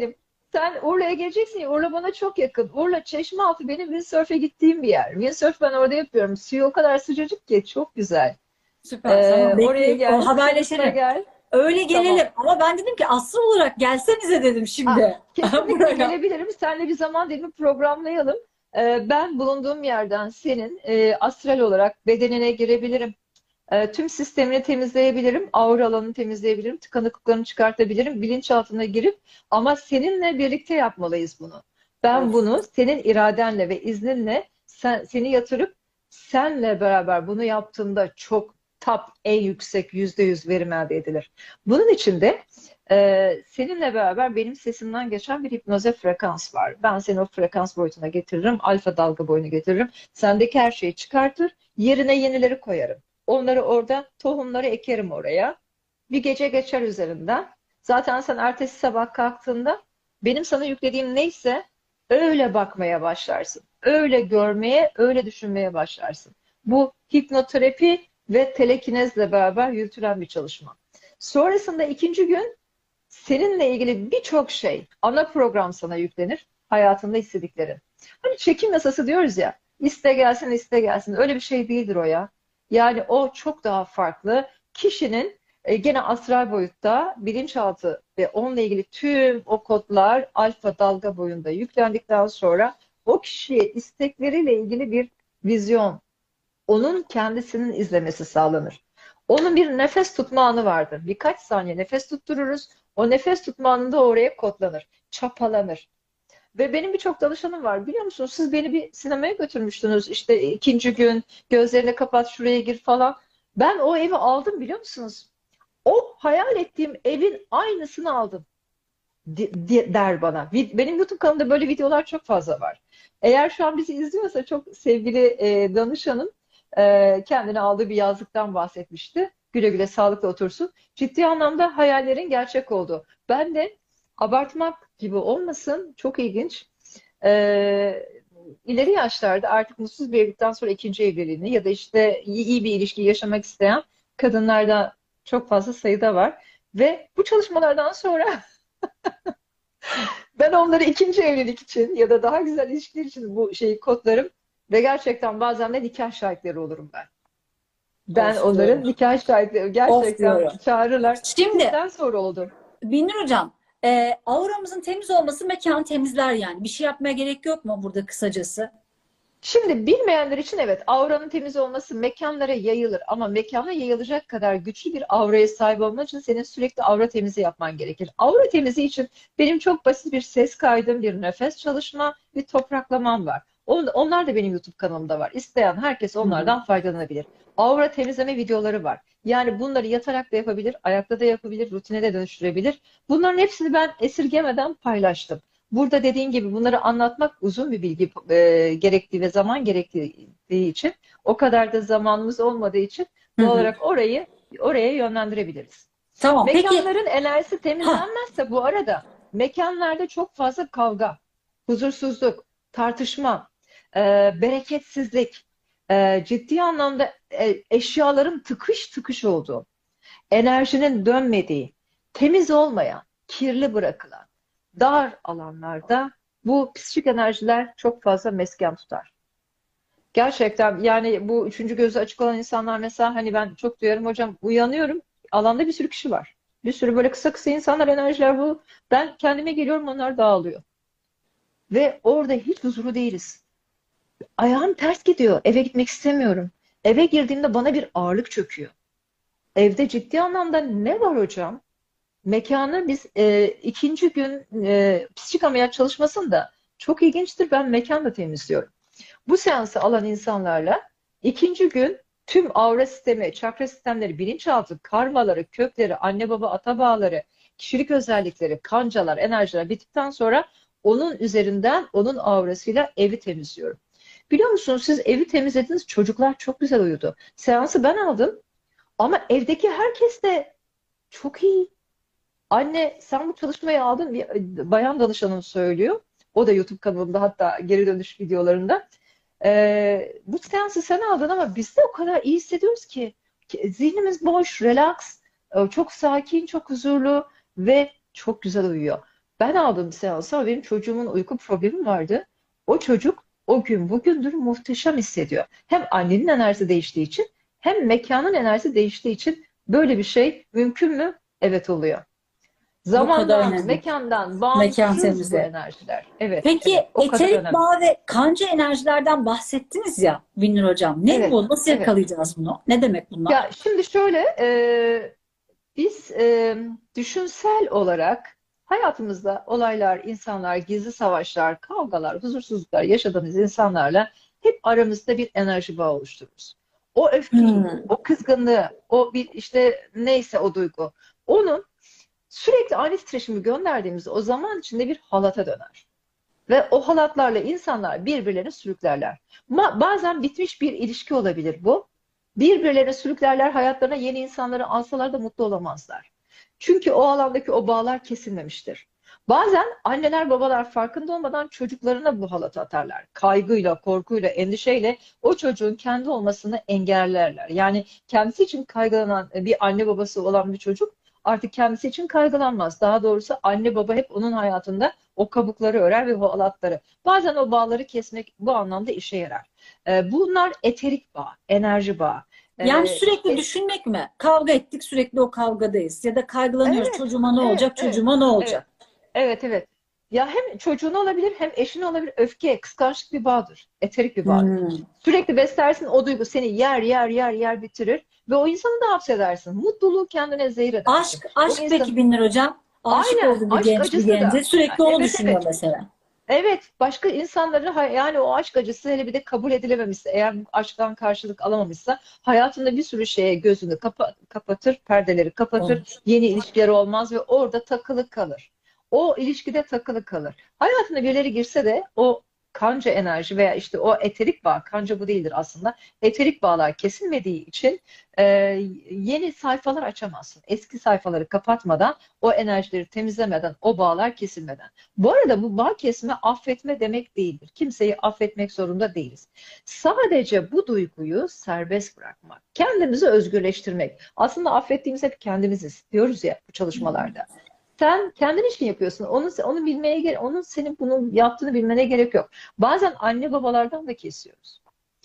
B: Sen Urla'ya geleceksin ya, Urla bana çok yakın. Urla Çeşmealtı benim windsurf'e gittiğim bir yer. Windsurf ben orada yapıyorum. Suyu o kadar sıcacık ki çok güzel.
C: Süper. Tamam,
B: Oraya
C: bekleyin. O
B: gel, Samut'a
C: haberleşelim.
B: gel.
C: Öyle
B: Tamam.
C: gelelim. Ama ben dedim ki aslı olarak gelsenize dedim şimdi.
B: Kesinlikle
C: Buraya.
B: gelebilirim. Seninle bir zaman dilimi programlayalım. Ben bulunduğum yerden senin astral olarak bedenine girebilirim. Tüm sistemini temizleyebilirim. Aura alanını temizleyebilirim. Tıkanıklıklarını çıkartabilirim. Bilinçaltına girip ama seninle birlikte yapmalıyız bunu. Ben
C: Of.
B: bunu senin iradenle ve izninle seni yatırıp senle beraber bunu yaptığımda çok top, en yüksek %100 verim elde edilir. Bunun için de seninle beraber benim sesimden geçen bir hipnoze frekans var. Ben seni o frekans boyutuna getiririm. Alfa dalga boyunu getiririm. Sendeki her şeyi çıkartır. Yerine yenileri koyarım. Onları orada, tohumları ekerim oraya. Bir gece geçer üzerinden. Zaten sen ertesi sabah kalktığında benim sana yüklediğim neyse öyle bakmaya başlarsın. Öyle görmeye, öyle düşünmeye başlarsın. Bu hipnoterapi ve telekinezle beraber yürütülen bir çalışma. Sonrasında ikinci gün seninle ilgili birçok şey, ana program sana yüklenir. Hayatında istediklerin. Hani çekim yasası diyoruz ya, iste gelsin iste gelsin. Öyle bir şey değildir o ya. Yani o çok daha farklı. Kişinin gene astral boyutta bilinçaltı ve onunla ilgili tüm o kodlar alfa dalga boyunda yüklendikten sonra o kişiye istekleriyle ilgili bir vizyon, onun kendisinin izlemesi sağlanır. Onun bir nefes tutma anı vardır. Birkaç saniye nefes tuttururuz. O nefes tutma anında oraya kodlanır, çapalanır. Ve benim birçok danışanım var. Biliyor musunuz? Siz beni bir sinemaya götürmüştünüz. İşte ikinci gün gözlerini kapat şuraya gir falan. Ben o evi aldım biliyor musunuz? O hayal ettiğim evin aynısını aldım der bana. Benim YouTube kanalımda böyle videolar çok fazla var. Eğer şu an bizi izliyorsa çok sevgili danışanım kendine aldığı bir yazlıktan bahsetmişti. Güle güle sağlıkla otursun. Ciddi anlamda hayallerin gerçek oldu. Ben de abartmak gibi olmasın çok ilginç. İleri yaşlarda artık mutsuz bir evlilikten sonra ikinci evliliğini ya da işte iyi bir ilişki yaşamak isteyen kadınlarda çok fazla sayıda var. Ve bu çalışmalardan sonra ben onları ikinci evlilik için ya da daha güzel ilişkiler için bu şeyi kodlarım ve gerçekten bazen de nikah şahitleri olurum ben. Ben
C: Of
B: onların
C: diyorum.
B: nikah şahitleri
C: Of
B: gerçekten
C: diyorum.
B: çağırırlar.
C: Şimdi
B: Sizden sonra oldu.
C: Binur Hocam, auramızın temiz olması mekanı temizler yani. Bir şey yapmaya gerek yok mu burada kısacası?
B: Şimdi bilmeyenler için evet auranın temiz olması mekanlara yayılır ama mekana yayılacak kadar güçlü bir auraya sahip olman için senin sürekli aura temizliği yapman gerekir. Aura temizliği için benim çok basit bir ses kaydım, bir nefes çalışma, bir topraklamam var. Onlar da benim YouTube kanalımda var. İsteyen herkes
C: Hı hı.
B: onlardan faydalanabilir. Aura temizleme videoları var. Yani bunları yatarak da yapabilir, ayakta da yapabilir, rutine de dönüştürebilir. Bunların hepsini ben esirgemeden paylaştım. Burada dediğin gibi bunları anlatmak uzun bir bilgi gerektiği ve zaman gerektiği için o kadar da zamanımız olmadığı için
C: Hı
B: doğal
C: hı.
B: olarak oraya yönlendirebirekebiliriz.
C: Tamam. Peki,
B: Mekanların enerjisi
C: ha,
B: temizlenmezse bu arada mekanlarda çok fazla kavga, huzursuzluk, tartışma, bereketsizlik, ciddi anlamda eşyaların tıkış tıkış olduğu, enerjinin dönmediği, temiz olmayan, kirli bırakılan, dar alanlarda bu psikik enerjiler çok fazla mesken tutar. Gerçekten yani bu üçüncü gözü açık olan insanlar mesela hani ben çok duyarım hocam uyanıyorum alanda bir sürü kişi var. Bir sürü böyle kısa kısa insanlar enerjiler bu. Ben kendime geliyorum onlar dağılıyor. Ve orada hiç huzuru değiliz. Ayağım ters gidiyor. Eve gitmek istemiyorum. Eve girdiğimde bana bir ağırlık çöküyor. Evde ciddi anlamda ne var hocam? Mekanı biz ikinci gün psikik ameliyat çalışmasında çok ilginçtir. Ben mekan da temizliyorum. Bu seansı alan insanlarla ikinci gün tüm aura sistemi, çakra sistemleri, bilinçaltı, karmaları, kökleri, anne baba ata bağları, kişilik özellikleri, kancalar, enerjiler bittikten sonra onun üzerinden, onun aurasıyla evi temizliyorum. Biliyor musunuz siz evi temizlediniz, çocuklar çok güzel uyudu. Seansı ben aldım ama evdeki herkes de çok iyi. Anne sen bu çalışmayı aldın. Bir bayan danışanım söylüyor. O da YouTube kanalında hatta geri dönüş videolarında. Bu seansı sen aldın ama biz de o kadar iyi hissediyoruz ki zihnimiz boş, relax, çok sakin, çok huzurlu ve çok güzel uyuyor. Ben aldım seansı ama benim çocuğumun uyku problemi vardı. O çocuk o gün bugündür muhteşem hissediyor. Hem annenin enerjisi değiştiği için hem mekanın enerjisi değiştiği için böyle bir şey mümkün mü? Evet oluyor.
C: Bu kadar
B: Zamandan,
C: önemli.
B: mekandan
C: Mekan
B: bağımsız bu
C: temizliği.
B: enerjiler. Evet, evet.
C: Peki
B: O kadar
C: eterik
B: önemli.
C: bağ ve kanca enerjilerden bahsettiniz ya Binnur Hocam. Ne
B: Evet,
C: bu? Nasıl
B: evet.
C: yakalayacağız bunu? Ne demek bunlar?
B: Ya şimdi şöyle, biz düşünsel olarak hayatımızda olaylar, insanlar, gizli savaşlar, kavgalar, huzursuzluklar yaşadığımız insanlarla hep aramızda bir enerji bağı oluştururuz. O öfkeyi,
C: Hmm.
B: o kızgınlığı, o bir işte neyse o duygu, onun sürekli aynı titreşimi gönderdiğimiz o zaman içinde bir halata döner. Ve o halatlarla insanlar birbirlerini sürüklerler. Bazen bitmiş bir ilişki olabilir bu. Birbirlerini sürüklerler, hayatlarına yeni insanları alsalar da mutlu olamazlar. Çünkü o alandaki o bağlar kesilmemiştir. Bazen anneler babalar farkında olmadan çocuklarına bu halatı atarlar. Kaygıyla, korkuyla, endişeyle o çocuğun kendi olmasını engellerler. Yani kendisi için kaygılanan bir anne babası olan bir çocuk artık kendisi için kaygılanmaz. Daha doğrusu anne baba hep onun hayatında o kabukları örer ve o halatları. Bazen o bağları kesmek bu anlamda işe yarar. Bunlar eterik bağ, enerji bağı.
C: Yani
B: Ee,
C: sürekli
B: kes-
C: düşünmek mi? Kavga ettik, sürekli o kavgadayız. Ya da kaygılanıyoruz.
B: evet,
C: Çocuğuma ne
B: evet,
C: olacak?
B: evet,
C: Çocuğuma ne
B: evet,
C: olacak?
B: evet, evet. Ya hem çocuğun olabilir hem eşin olabilir. Öfke, kıskançlık bir bağdır. Eterik bir bağdır.
C: Hmm.
B: Sürekli beslersin o duygu seni yer yer yer yer bitirir ve o insanı da hapsedersin. Mutluluğu kendine zehir edersin. O
C: Aşk
B: insan
C: peki Binnur Hocam? Aşık
B: aynen
C: oldu bir
B: aşk
C: genç bir
B: acısı
C: gence.
B: da.
C: Sürekli onu
B: Evet,
C: düşünüyor
B: evet.
C: mesela.
B: Evet, başka insanları yani o aşk acısı hele bir de kabul edilememişse, eğer bu aşktan karşılık alamamışsa hayatında bir sürü şeye gözünü kapatır, perdeleri kapatır,
C: Evet.
B: yeni ilişkiler olmaz ve orada takılı kalır. O ilişkide takılı kalır. Hayatına birileri girse de o kanca enerji veya işte o eterik bağ, kanca bu değildir aslında. Eterik bağlar kesilmediği için e, yeni sayfalar açamazsın. Eski sayfaları kapatmadan, o enerjileri temizlemeden, o bağlar kesilmeden. Bu arada bu bağ kesme affetme demek değildir. Kimseyi affetmek zorunda değiliz. Sadece bu duyguyu serbest bırakmak, kendimizi özgürleştirmek. Aslında affettiğimiz hep kendimiziz diyoruz ya bu çalışmalarda. Sen kendin için yapıyorsun. Onu onun senin bunu yaptığını bilmene gerek yok. Bazen anne babalardan da kesiyoruz.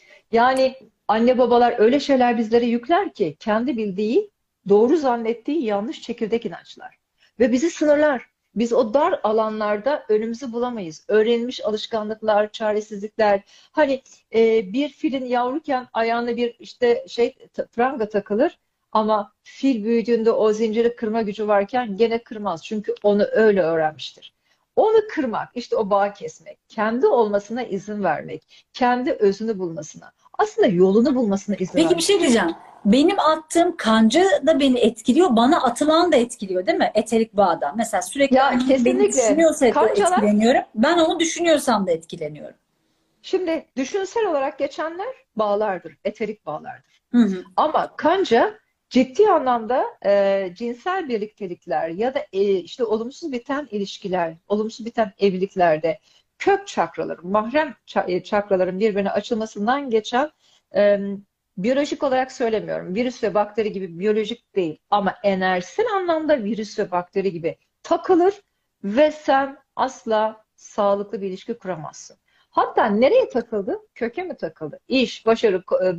B: Yani anne babalar öyle şeyler bizlere yükler ki kendi bildiği, doğru zannettiği yanlış çekirdek inançlar. Ve bizi sınırlar. Biz o dar alanlarda önümüzü bulamayız. Öğrenilmiş alışkanlıklar, çaresizlikler. Hani bir filin yavruken ayağına bir işte pranga takılır ama fil büyüdüğünde o zinciri kırma gücü varken gene kırmaz. Çünkü onu öyle öğrenmiştir. Onu kırmak, işte o bağı kesmek, kendi olmasına izin vermek, kendi özünü bulmasına, aslında yolunu bulmasına izin
C: Peki bir
B: vermek.
C: şey
B: Çünkü
C: diyeceğim. Benim attığım kanca da beni etkiliyor. Bana atılan da etkiliyor değil mi? Eterik bağda. Mesela sürekli
B: ya
C: annem beni
B: kesinlikle
C: düşünüyorsa da
B: kancalar,
C: etkileniyorum. Ben onu düşünüyorsam da etkileniyorum.
B: şimdi düşünsel olarak geçenler bağlardır, eterik bağlardır.
C: Hı hı.
B: Ama kanca ciddi anlamda cinsel birliktelikler ya da işte olumsuz biten ilişkiler, olumsuz biten evliliklerde kök çakraların, mahrem çakraların birbirine açılmasından geçen e, biyolojik olarak söylemiyorum. Virüs ve bakteri gibi biyolojik değil ama enerjisel anlamda virüs ve bakteri gibi takılır ve sen asla sağlıklı bir ilişki kuramazsın. Hatta nereye takıldı? Köke mi takıldı? İş, başarı,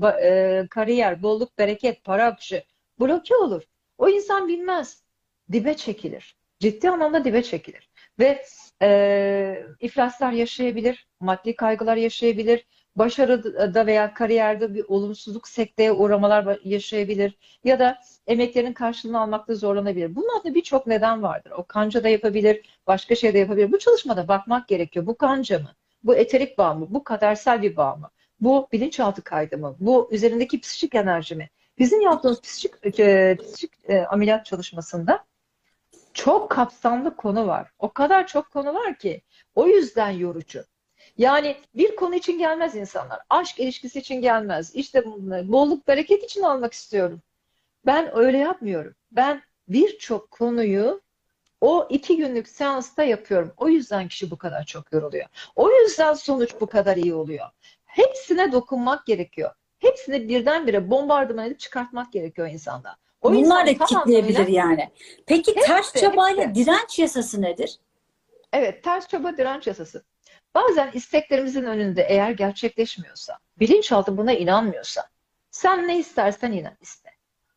B: kariyer, bolluk, bereket, para akışı bloke olur. O insan bilmez. Dibe çekilir. Ciddi anlamda dibe çekilir. Ve iflaslar yaşayabilir, maddi kaygılar yaşayabilir, başarıda veya kariyerde bir olumsuzluk, sekteye uğramalar yaşayabilir ya da emeklerinin karşılığını almakta zorlanabilir. Bunun adında birçok neden vardır. O kanca da yapabilir, başka şey de yapabilir. Bu çalışmada bakmak gerekiyor. Bu kanca mı? Bu eterik bağ mı? Bu kadersel bir bağ mı? Bu bilinçaltı kaydı mı? Bu üzerindeki psikik enerji mi? Bizim yaptığımız psikik ameliyat çalışmasında çok kapsamlı konu var. O kadar çok konu var ki o yüzden yorucu. Yani bir konu için gelmez insanlar. Aşk ilişkisi için gelmez. İşte bolluk bereket için almak istiyorum. Ben öyle yapmıyorum. Ben birçok konuyu o 2 günlük seansta yapıyorum. O yüzden kişi bu kadar çok yoruluyor. O yüzden sonuç bu kadar iyi oluyor. Hepsine dokunmak gerekiyor. Hepsini birdenbire bombardıman edip çıkartmak gerekiyor insanda. O
C: Bunlar
B: insan
C: da
B: tam
C: kitleyebilir
B: anlamıyla
C: yani. Peki ters
B: hepsi,
C: çabayla
B: hepsi.
C: direnç yasası nedir?
B: Evet, ters çaba direnç yasası. Bazen isteklerimizin önünde eğer gerçekleşmiyorsa, bilinçaltı buna inanmıyorsa, sen ne istersen inan iste.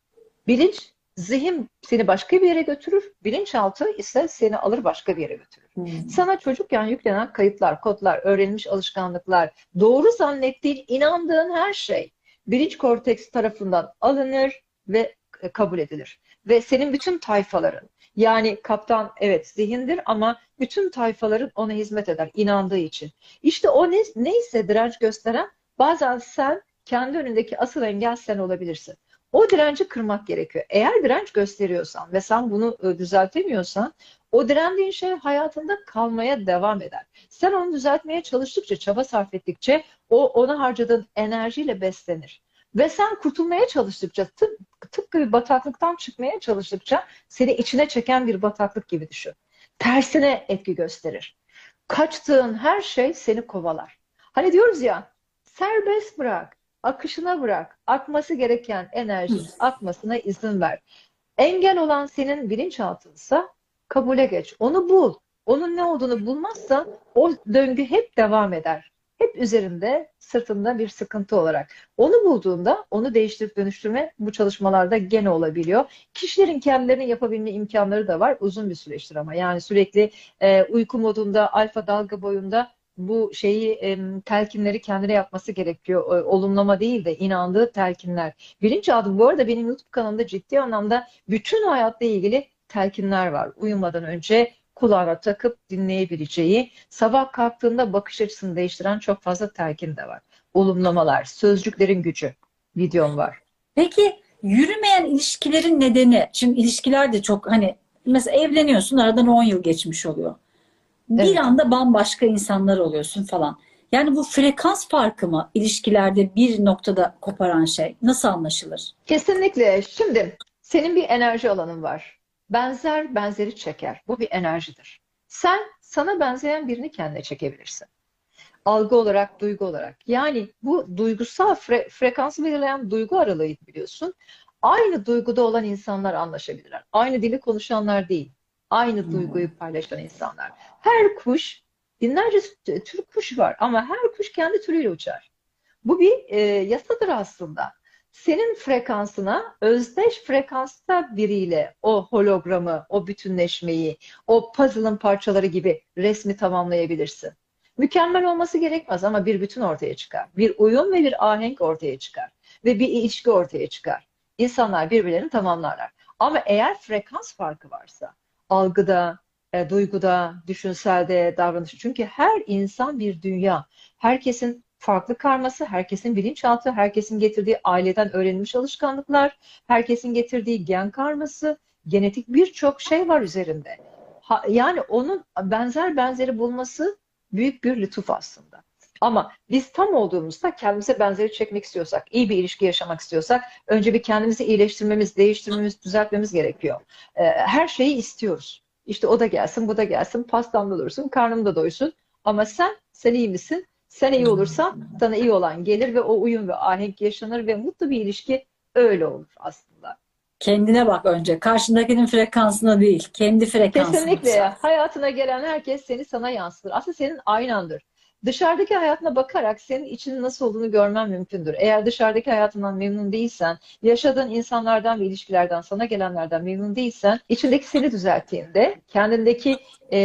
B: Bilinç, zihin seni başka bir yere götürür, bilinçaltı ise seni alır başka bir yere götürür.
C: Hmm.
B: Sana çocukken yüklenen kayıtlar, kodlar, öğrenilmiş alışkanlıklar, doğru zannettiğin, inandığın her şey bilinç korteks tarafından alınır ve kabul edilir. Ve senin bütün tayfaların, yani kaptan evet zihindir ama bütün tayfaların ona hizmet eder inandığı için. İşte o neyse direnç gösteren, bazen sen kendi önündeki asıl engel sen olabilirsin. O direnci kırmak gerekiyor. Eğer direnç gösteriyorsan ve sen bunu düzeltemiyorsan, o direndiğin şey hayatında kalmaya devam eder. Sen onu düzeltmeye çalıştıkça, çaba sarf ettikçe o ona harcadığın enerjiyle beslenir. Ve sen kurtulmaya çalıştıkça, tıpkı bir bataklıktan çıkmaya çalıştıkça seni içine çeken bir bataklık gibi düşün. Tersine etki gösterir. Kaçtığın her şey seni kovalar. Hani diyoruz ya, serbest bırak, akışına bırak, akması gereken enerjinin akmasına izin ver. Engel olan senin bilinçaltınsa kabule geç. Onu bul. Onun ne olduğunu bulmazsan o döngü hep devam eder. Hep üzerinde, sırtında bir sıkıntı olarak. Onu bulduğunda onu değiştirip dönüştürme bu çalışmalarda gene olabiliyor. Kişilerin kendilerinin yapabilme imkanları da var. Uzun bir süreçtir ama. Yani sürekli uyku modunda, alfa dalga boyunda bu telkinleri kendine yapması gerekiyor. Olumlama değil de inandığı telkinler. Bilinçaltı bu arada benim YouTube kanalımda ciddi anlamda bütün hayatla ilgili telkinler var. Uyumadan önce kulağına takıp dinleyebileceği, sabah kalktığında bakış açısını değiştiren çok fazla telkin de var. Olumlamalar, sözcüklerin gücü videom var.
C: Peki yürümeyen ilişkilerin nedeni, şimdi ilişkiler de çok hani mesela evleniyorsun aradan 10 yıl geçmiş oluyor. Bir
B: Evet.
C: anda bambaşka insanlar oluyorsun falan. Yani bu frekans farkı mı ilişkilerde bir noktada koparan şey? Nasıl anlaşılır?
B: Kesinlikle. Şimdi senin bir enerji alanın var. Benzer benzeri çeker. Bu bir enerjidir. Sen sana benzeyen birini kendine çekebilirsin. Algı olarak, duygu olarak. Yani bu duygusal frekansı belirleyen duygu aralığıydı biliyorsun. Aynı duyguda olan insanlar anlaşabilirler. Aynı dili konuşanlar değil. Aynı
C: Hmm.
B: duyguyu paylaşan insanlar. Her kuş, binlerce tür kuş var ama her kuş kendi türüyle uçar. Bu bir yasadır aslında. Senin frekansına özdeş frekansta biriyle o hologramı, o bütünleşmeyi, o puzzle'ın parçaları gibi resmi tamamlayabilirsin. Mükemmel olması gerekmez ama bir bütün ortaya çıkar. Bir uyum ve bir ahenk ortaya çıkar. Ve bir ilişki ortaya çıkar. İnsanlar birbirlerini tamamlarlar. Ama eğer frekans farkı varsa, algıda, duyguda, düşünselde, davranışı. Çünkü her insan bir dünya. Herkesin farklı karması, herkesin bilinçaltı, herkesin getirdiği aileden öğrenilmiş alışkanlıklar, herkesin getirdiği gen karması, genetik birçok şey var üzerinde. Yani onun benzer benzeri bulması büyük bir lütuf aslında. Ama biz tam olduğumuzda kendimize benzeri çekmek istiyorsak, iyi bir ilişki yaşamak istiyorsak önce bir kendimizi iyileştirmemiz, değiştirmemiz, düzeltmemiz gerekiyor. Her şeyi istiyoruz. İşte o da gelsin, bu da gelsin, pastam da doyursun, karnım da doysun. Ama sen iyi misin? Sen iyi olursan sana iyi olan gelir ve o uyum ve ahenk yaşanır ve mutlu bir ilişki öyle olur aslında.
C: Kendine bak önce. Karşındakinin frekansına değil, kendi frekansına
B: Kesinlikle
C: yükselt.
B: hayatına gelen herkes seni sana yansıtır. Aslında senin aynandır. Dışarıdaki hayatına bakarak senin içinin nasıl olduğunu görmen mümkündür. Eğer dışarıdaki hayatından memnun değilsen, yaşadığın insanlardan ve ilişkilerden, sana gelenlerden memnun değilsen, içindeki seni düzelttiğinde, kendindeki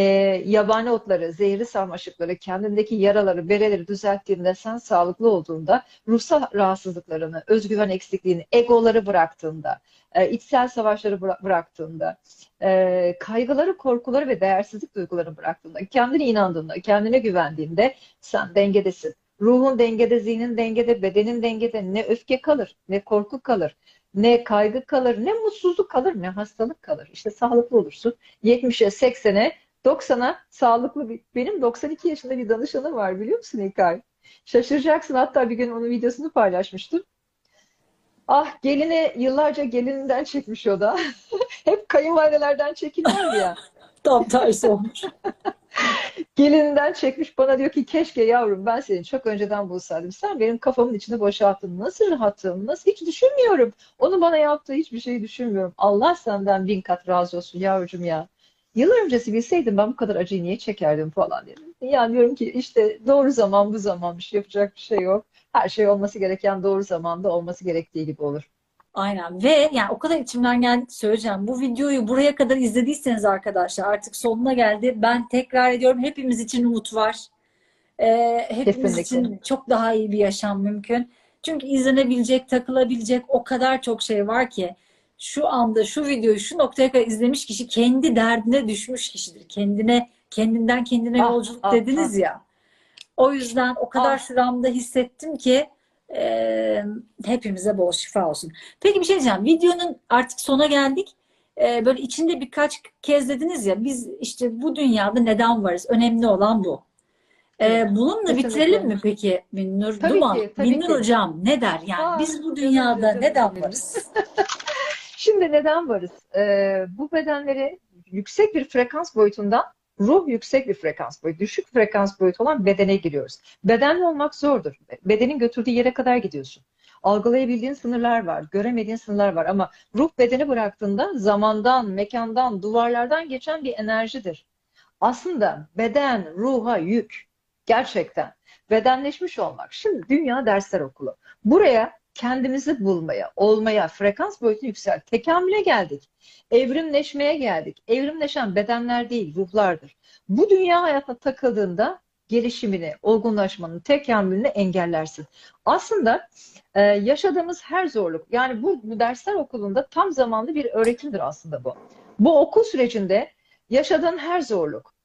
B: yabani otları, zehirli sarmaşıkları, kendindeki yaraları, bereleri düzelttiğinde, sen sağlıklı olduğunda, ruhsal rahatsızlıklarını, özgüven eksikliğini, egoları bıraktığında, içsel savaşları bıraktığında, kaygıları, korkuları ve değersizlik duygularını bıraktığında, kendine inandığında, kendine güvendiğinde sen dengedesin. Ruhun dengede, zihnin dengede, bedenin dengede. Ne öfke kalır, ne korku kalır, ne kaygı kalır, ne mutsuzluk kalır, ne hastalık kalır. İşte sağlıklı olursun. 70'e, 80'e, 90'a sağlıklı benim 92 yaşında bir danışanım var biliyor musun İlkay? Şaşıracaksın. Hatta bir gün onun videosunu paylaşmıştım. Ah gelini yıllarca gelininden çekmiş o da. Hep kayınvalidelerden çekilmez ya.
C: Tam tersi olmuş.
B: Gelininden çekmiş bana diyor ki keşke yavrum ben seni çok önceden bulsaydım. Sen benim kafamın içine boşalttın. Nasıl rahatım? Nasıl hiç düşünmüyorum. Onun bana yaptığı hiçbir şeyi düşünmüyorum. Allah senden bin kat razı olsun yavrucuğum ya. Yıllar öncesi bilseydim ben bu kadar acıyı niye çekerdim falan dedim. Yani diyorum ki işte doğru zaman bu zamanmış, yapacak bir şey yok. Her şey olması gereken doğru zamanda olması gerektiği gibi olur.
C: Aynen ve yani o kadar içimden geldi ki söyleyeceğim. Bu videoyu buraya kadar izlediyseniz arkadaşlar artık sonuna geldi. Ben tekrar ediyorum, hepimiz için umut var. Hepimiz
B: Kesinlikle.
C: için çok daha iyi bir yaşam mümkün. Çünkü izlenebilecek, takılabilecek o kadar çok şey var ki şu anda şu videoyu şu noktaya kadar izlemiş kişi kendi derdine düşmüş kişidir. Kendinden kendine
B: Ah
C: yolculuk
B: ah ah
C: dediniz ya. O yüzden o kadar
B: ah.
C: şuramda hissettim ki hepimize bol şifa olsun. Peki bir şey diyeceğim. Videonun artık sona geldik. Böyle içinde birkaç kez dediniz ya biz işte bu dünyada neden varız? Önemli olan bu.
B: Evet.
C: Bununla bitirelim
B: Kesinlikle.
C: mi peki Binnur?
B: Tabii
C: Duman,
B: ki, tabii
C: Binnur
B: ki.
C: hocam ne der? Yani
B: Ah
C: biz bu
B: canım benim,
C: dünyada
B: canım
C: neden
B: benim.
C: varız?
B: Şimdi neden varız? Bu bedenleri yüksek bir frekans boyutundan ruh yüksek bir frekans boyutu, düşük frekans boyutu olan bedene giriyoruz. Bedenli olmak zordur. Bedenin götürdüğü yere kadar gidiyorsun. Algılayabildiğin sınırlar var, göremediğin sınırlar var ama ruh bedeni bıraktığında zamandan, mekandan, duvarlardan geçen bir enerjidir. Aslında beden ruha yük. Gerçekten. Bedenleşmiş olmak. Şimdi dünya dersler okulu. Buraya kendimizi bulmaya, olmaya, frekans boyutunu yükselt. Tekamüle geldik. Evrimleşmeye geldik. Evrimleşen bedenler değil, ruhlardır. Bu dünya hayatına takıldığında gelişimini, olgunlaşmanın, tekamülünü engellersin. Aslında yaşadığımız her zorluk, yani bu dersler okulunda tam zamanlı bir öğretimdir aslında bu. Bu okul sürecinde yaşadığın her zorluk,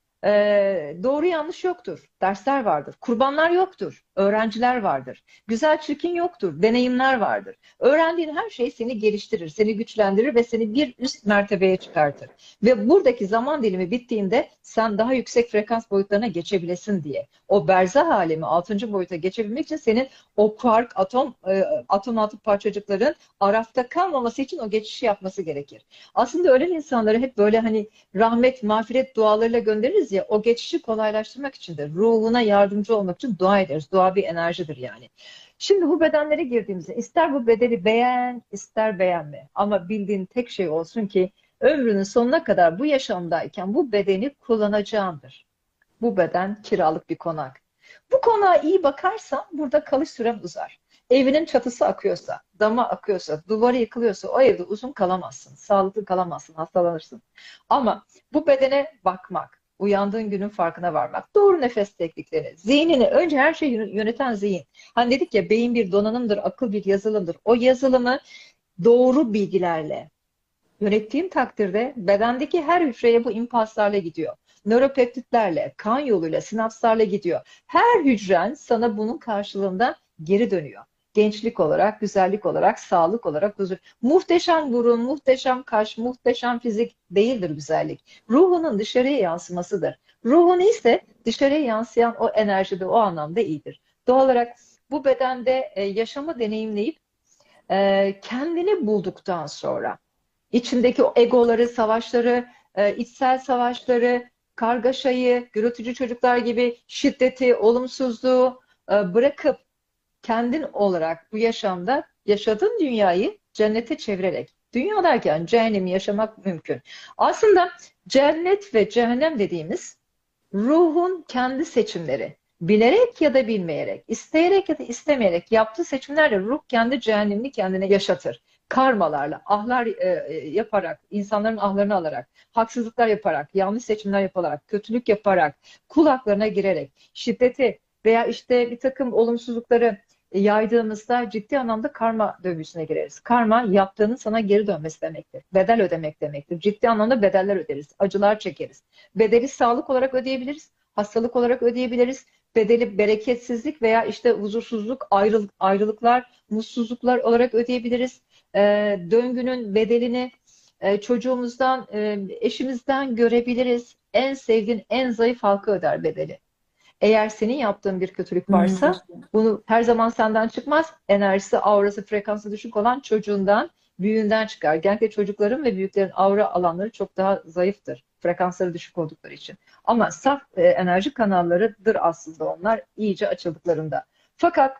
B: doğru yanlış yoktur. Dersler vardır. Kurbanlar yoktur. Öğrenciler vardır. Güzel çirkin yoktur. Deneyimler vardır. Öğrendiğin her şey seni geliştirir, seni güçlendirir ve seni bir üst mertebeye çıkartır. Ve buradaki zaman dilimi bittiğinde sen daha yüksek frekans boyutlarına geçebilesin diye. O berzah alemi 6. boyuta geçebilmek için senin o kuark atom altı parçacıkların arafta kalmaması için o geçişi yapması gerekir. Aslında ölen insanları hep böyle hani rahmet, mağfiret dualarıyla göndeririz ya, o geçişi kolaylaştırmak içindir. Ruhuna yardımcı olmak için dua ederiz. Dua bir enerjidir yani. Şimdi bu bedenlere girdiğimizde ister bu bedeni beğen, ister beğenme. Ama bildiğin tek şey olsun ki ömrünün sonuna kadar bu yaşamdayken bu bedeni kullanacağındır. Bu beden kiralık bir konak. Bu konağa iyi bakarsan burada kalış süren uzar. Evinin çatısı akıyorsa, dama akıyorsa, duvarı yıkılıyorsa o evde uzun kalamazsın. Sağlıklı kalamazsın, hastalanırsın. Ama bu bedene bakmak, uyandığın günün farkına varmak, doğru nefes teknikleri, zihnini, önce her şeyi yöneten zihin. Hani dedik ya beyin bir donanımdır, akıl bir yazılımdır. O yazılımı doğru bilgilerle yönettiğim takdirde bedendeki her hücreye bu impulslarla gidiyor. Nöropeptitlerle, kan yoluyla, sinapslarla gidiyor. Her hücren sana bunun karşılığında geri dönüyor. Gençlik olarak, güzellik olarak, sağlık olarak, huzur. Muhteşem burun, muhteşem kaş, muhteşem fizik değildir güzellik. Ruhunun dışarıya yansımasıdır. Ruhun ise dışarıya yansıyan o enerjide, o anlamda iyidir. Doğal olarak bu bedende yaşamı deneyimleyip kendini bulduktan sonra içindeki o egoları, savaşları, içsel savaşları, kargaşayı, gürültücü çocuklar gibi şiddeti, olumsuzluğu bırakıp kendin olarak bu yaşamda yaşadığın dünyayı cennete çevirerek, dünya derken cehennemi yaşamak mümkün. Aslında cennet ve cehennem dediğimiz ruhun kendi seçimleri. Bilerek ya da bilmeyerek, isteyerek ya da istemeyerek yaptığı seçimlerle ruh kendi cehennemini kendine yaşatır. Karmalarla, ahlar yaparak, insanların ahlarını alarak, haksızlıklar yaparak, yanlış seçimler yaparak, kötülük yaparak, kul haklarına girerek, şiddeti veya işte bir takım olumsuzlukları yaydığımızda ciddi anlamda karma döngüsüne gireriz. Karma yaptığının sana geri dönmesi demektir. Bedel ödemek demektir. Ciddi anlamda bedeller öderiz, acılar çekeriz. Bedeli sağlık olarak ödeyebiliriz, hastalık olarak ödeyebiliriz. Bedeli bereketsizlik veya işte huzursuzluk, ayrılıklar, mutsuzluklar olarak ödeyebiliriz. Döngünün bedelini çocuğumuzdan, eşimizden görebiliriz. En sevdiğin, en zayıf halka öder bedeli. Eğer senin yaptığın bir kötülük
C: Hmm.
B: varsa bunu her zaman senden çıkmaz. Enerjisi, aurası, frekansı düşük olan çocuğundan, büyüğünden çıkar. Genellikle çocukların ve büyüklerin aura alanları çok daha zayıftır. Frekansları düşük oldukları için. Ama saf enerji kanallarıdır aslında onlar iyice açıldıklarında. Fakat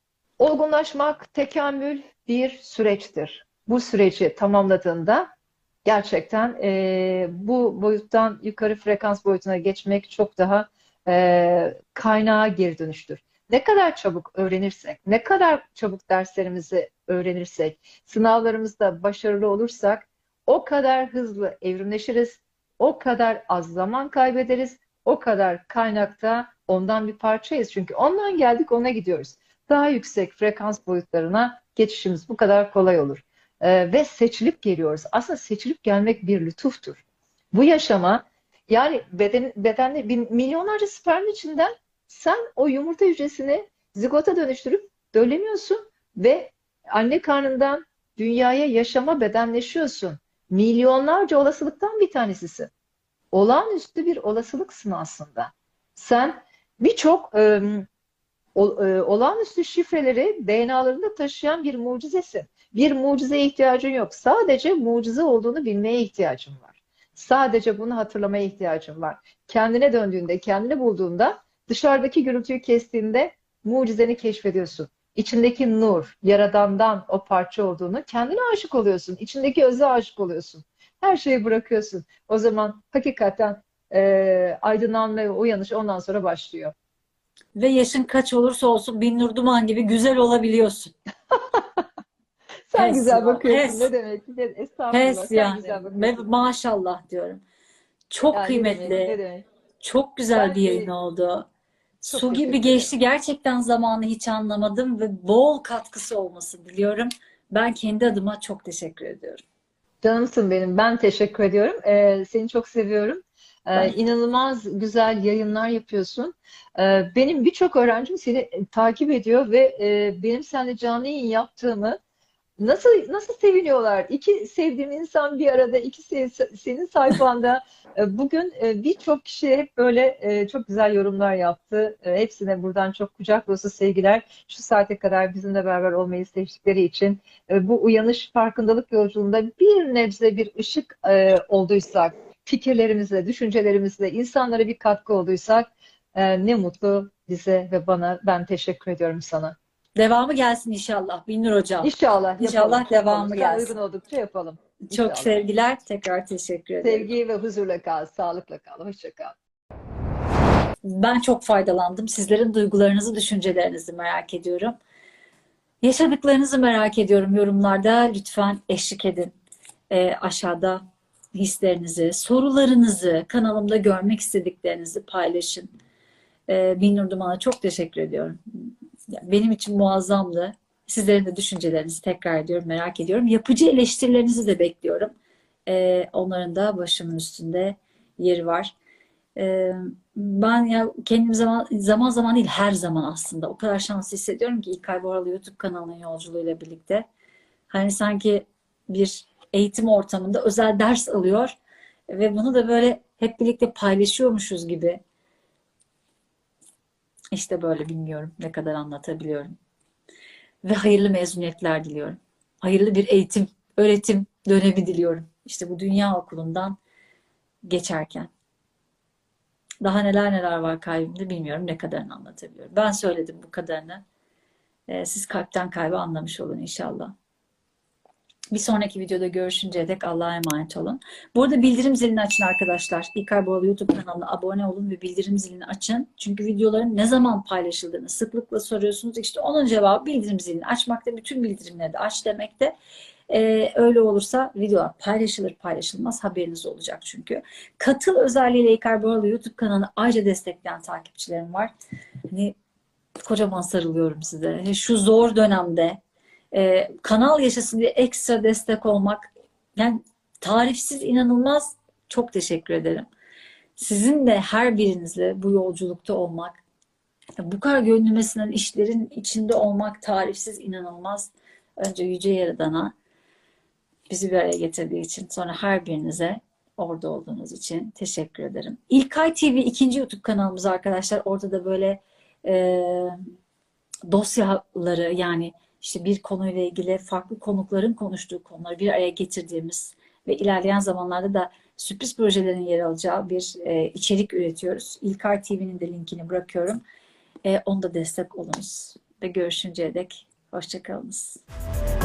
B: olgunlaşmak, tekamül bir süreçtir. Bu süreci tamamladığında Gerçekten bu boyuttan yukarı frekans boyutuna geçmek çok daha kaynağa geri dönüştür. Ne kadar çabuk öğrenirsek, ne kadar çabuk derslerimizi öğrenirsek, sınavlarımızda başarılı olursak o kadar hızlı evrimleşiriz, o kadar az zaman kaybederiz, o kadar kaynakta ondan bir parçayız. Çünkü ondan geldik, ona gidiyoruz. Daha yüksek frekans boyutlarına geçişimiz bu kadar kolay olur. Ve seçilip geliyoruz. Aslında seçilip gelmek bir lütuftur. Bu yaşama yani bedende milyonlarca sperm içinden sen o yumurta hücresini zigota dönüştürüp dölleniyorsun ve anne karnından dünyaya yaşama bedenleşiyorsun. Milyonlarca olasılıktan bir tanesisin. Olağanüstü bir olasılıksın aslında. Sen birçok olağanüstü şifreleri DNA'larında taşıyan bir mucizesin. Bir mucizeye ihtiyacın yok. Sadece mucize olduğunu bilmeye ihtiyacın var. Sadece bunu hatırlamaya ihtiyacın var. Kendine döndüğünde, kendini bulduğunda, dışarıdaki gürültüyü kestiğinde mucizeni keşfediyorsun. İçindeki nur, Yaradan'dan o parça olduğunu, kendine aşık oluyorsun. İçindeki öze aşık oluyorsun. Her şeyi bırakıyorsun. O zaman hakikaten aydınlanma ve uyanış ondan sonra başlıyor.
C: Ve yaşın kaç olursa olsun Binnur Duman gibi güzel olabiliyorsun.
B: Sen
C: Pes
B: güzel
C: ya,
B: bakıyorsun.
C: pes.
B: Ne demek? Estağfurullah.
C: Pes
B: Sen
C: yani.
B: güzel
C: Ve
B: bakıyorsun.
C: maşallah diyorum. Çok
B: Ya ne demek? Ne
C: kıymetli,
B: demek?
C: çok güzel
B: Ben
C: bir yayın oldu.
B: çok
C: Su gibi
B: teşekkür ederim.
C: geçti. Gerçekten zamanı hiç anlamadım ve bol katkısı olması diliyorum. Ben kendi adıma çok teşekkür ediyorum.
B: Canımsın benim. Ben teşekkür ediyorum. Seni çok seviyorum.
C: Ben
B: İnanılmaz güzel yayınlar yapıyorsun. Benim birçok öğrencim seni takip ediyor ve benim seninle canlı yayın yaptığımı nasıl seviniyorlar? İki sevdiğim insan bir arada, senin sayfanda. Bugün birçok kişi hep böyle çok güzel yorumlar yaptı. Hepsine buradan çok kucak dolusu sevgiler. Şu saate kadar bizimle beraber olmayı seçtikleri için bu uyanış farkındalık yolculuğunda bir nebze bir ışık olduysak, fikirlerimizle, düşüncelerimizle insanlara bir katkı olduysak ne mutlu bize ve bana. Ben teşekkür ediyorum sana.
C: devamı gelsin inşallah Binnur Hocam.
B: İnşallah yapalım,
C: İnşallah
B: yapalım.
C: devamı
B: Sen uygun
C: gelsin.
B: oldukça yapalım.
C: Çok
B: İnşallah.
C: sevgiler. Tekrar teşekkür ederim.
B: Sevgi ve huzurla kal, sağlıkla kal. Hoşça kal.
C: Ben çok faydalandım. Sizlerin duygularınızı, düşüncelerinizi merak ediyorum. Yaşadıklarınızı merak ediyorum yorumlarda. Lütfen eşlik edin. Aşağıda hislerinizi, sorularınızı, kanalımda görmek istediklerinizi paylaşın. Binnur Duman'a çok teşekkür ediyorum. Benim için muazzamdı. Sizlerin de düşüncelerinizi tekrar ediyorum, merak ediyorum. Yapıcı eleştirilerinizi de bekliyorum. Onların da başımın üstünde yeri var. Ee, Ben ya kendim zaman zaman değil her zaman aslında o kadar şanslı hissediyorum ki İlkay Boralı YouTube kanalının yolculuğuyla birlikte. Hani sanki bir eğitim ortamında özel ders alıyor ve bunu da böyle hep birlikte paylaşıyormuşuz gibi. İşte böyle bilmiyorum ne kadar anlatabiliyorum. Ve hayırlı mezuniyetler diliyorum. Hayırlı bir eğitim, öğretim dönemi diliyorum. İşte bu dünya okulundan geçerken. Daha neler neler var kalbimde bilmiyorum ne kadarını anlatabiliyorum. Ben söyledim bu kadarını. Siz kalpten kalbe anlamış olun inşallah. Bir sonraki videoda görüşünceye dek Allah'a emanet olun. Bu arada bildirim zilini açın arkadaşlar. İlkay Boğalı YouTube kanalına abone olun ve bildirim zilini açın. Çünkü videoların ne zaman paylaşıldığını sıklıkla soruyorsunuz. İşte onun cevabı bildirim zilini açmakta. Bütün bildirimleri de aç demekte. Öyle olursa videolar paylaşılır paylaşılmaz haberiniz olacak çünkü. Katıl özelliğiyle İlkay Boğalı YouTube kanalını ayrıca destekleyen takipçilerim var. Hani kocaman sarılıyorum size. Şu zor dönemde kanal yaşasın diye ekstra destek olmak yani tarifsiz inanılmaz çok teşekkür ederim. Sizin de her birinizle bu yolculukta olmak, bu kadar gönlümesinden işlerin içinde olmak tarifsiz inanılmaz. Önce Yüce Yaradan'a bizi bir araya getirdiği için sonra her birinize orada olduğunuz için teşekkür ederim. İlkay TV ikinci YouTube kanalımız arkadaşlar. Orada da böyle e, dosyaları yani işte bir konuyla ilgili farklı konukların konuştuğu konuları bir araya getirdiğimiz ve ilerleyen zamanlarda da sürpriz projelerin yer alacağı bir içerik üretiyoruz. İlkay TV'nin de linkini bırakıyorum. Onda destek olunuz ve görüşünceye dek hoşça kalınız.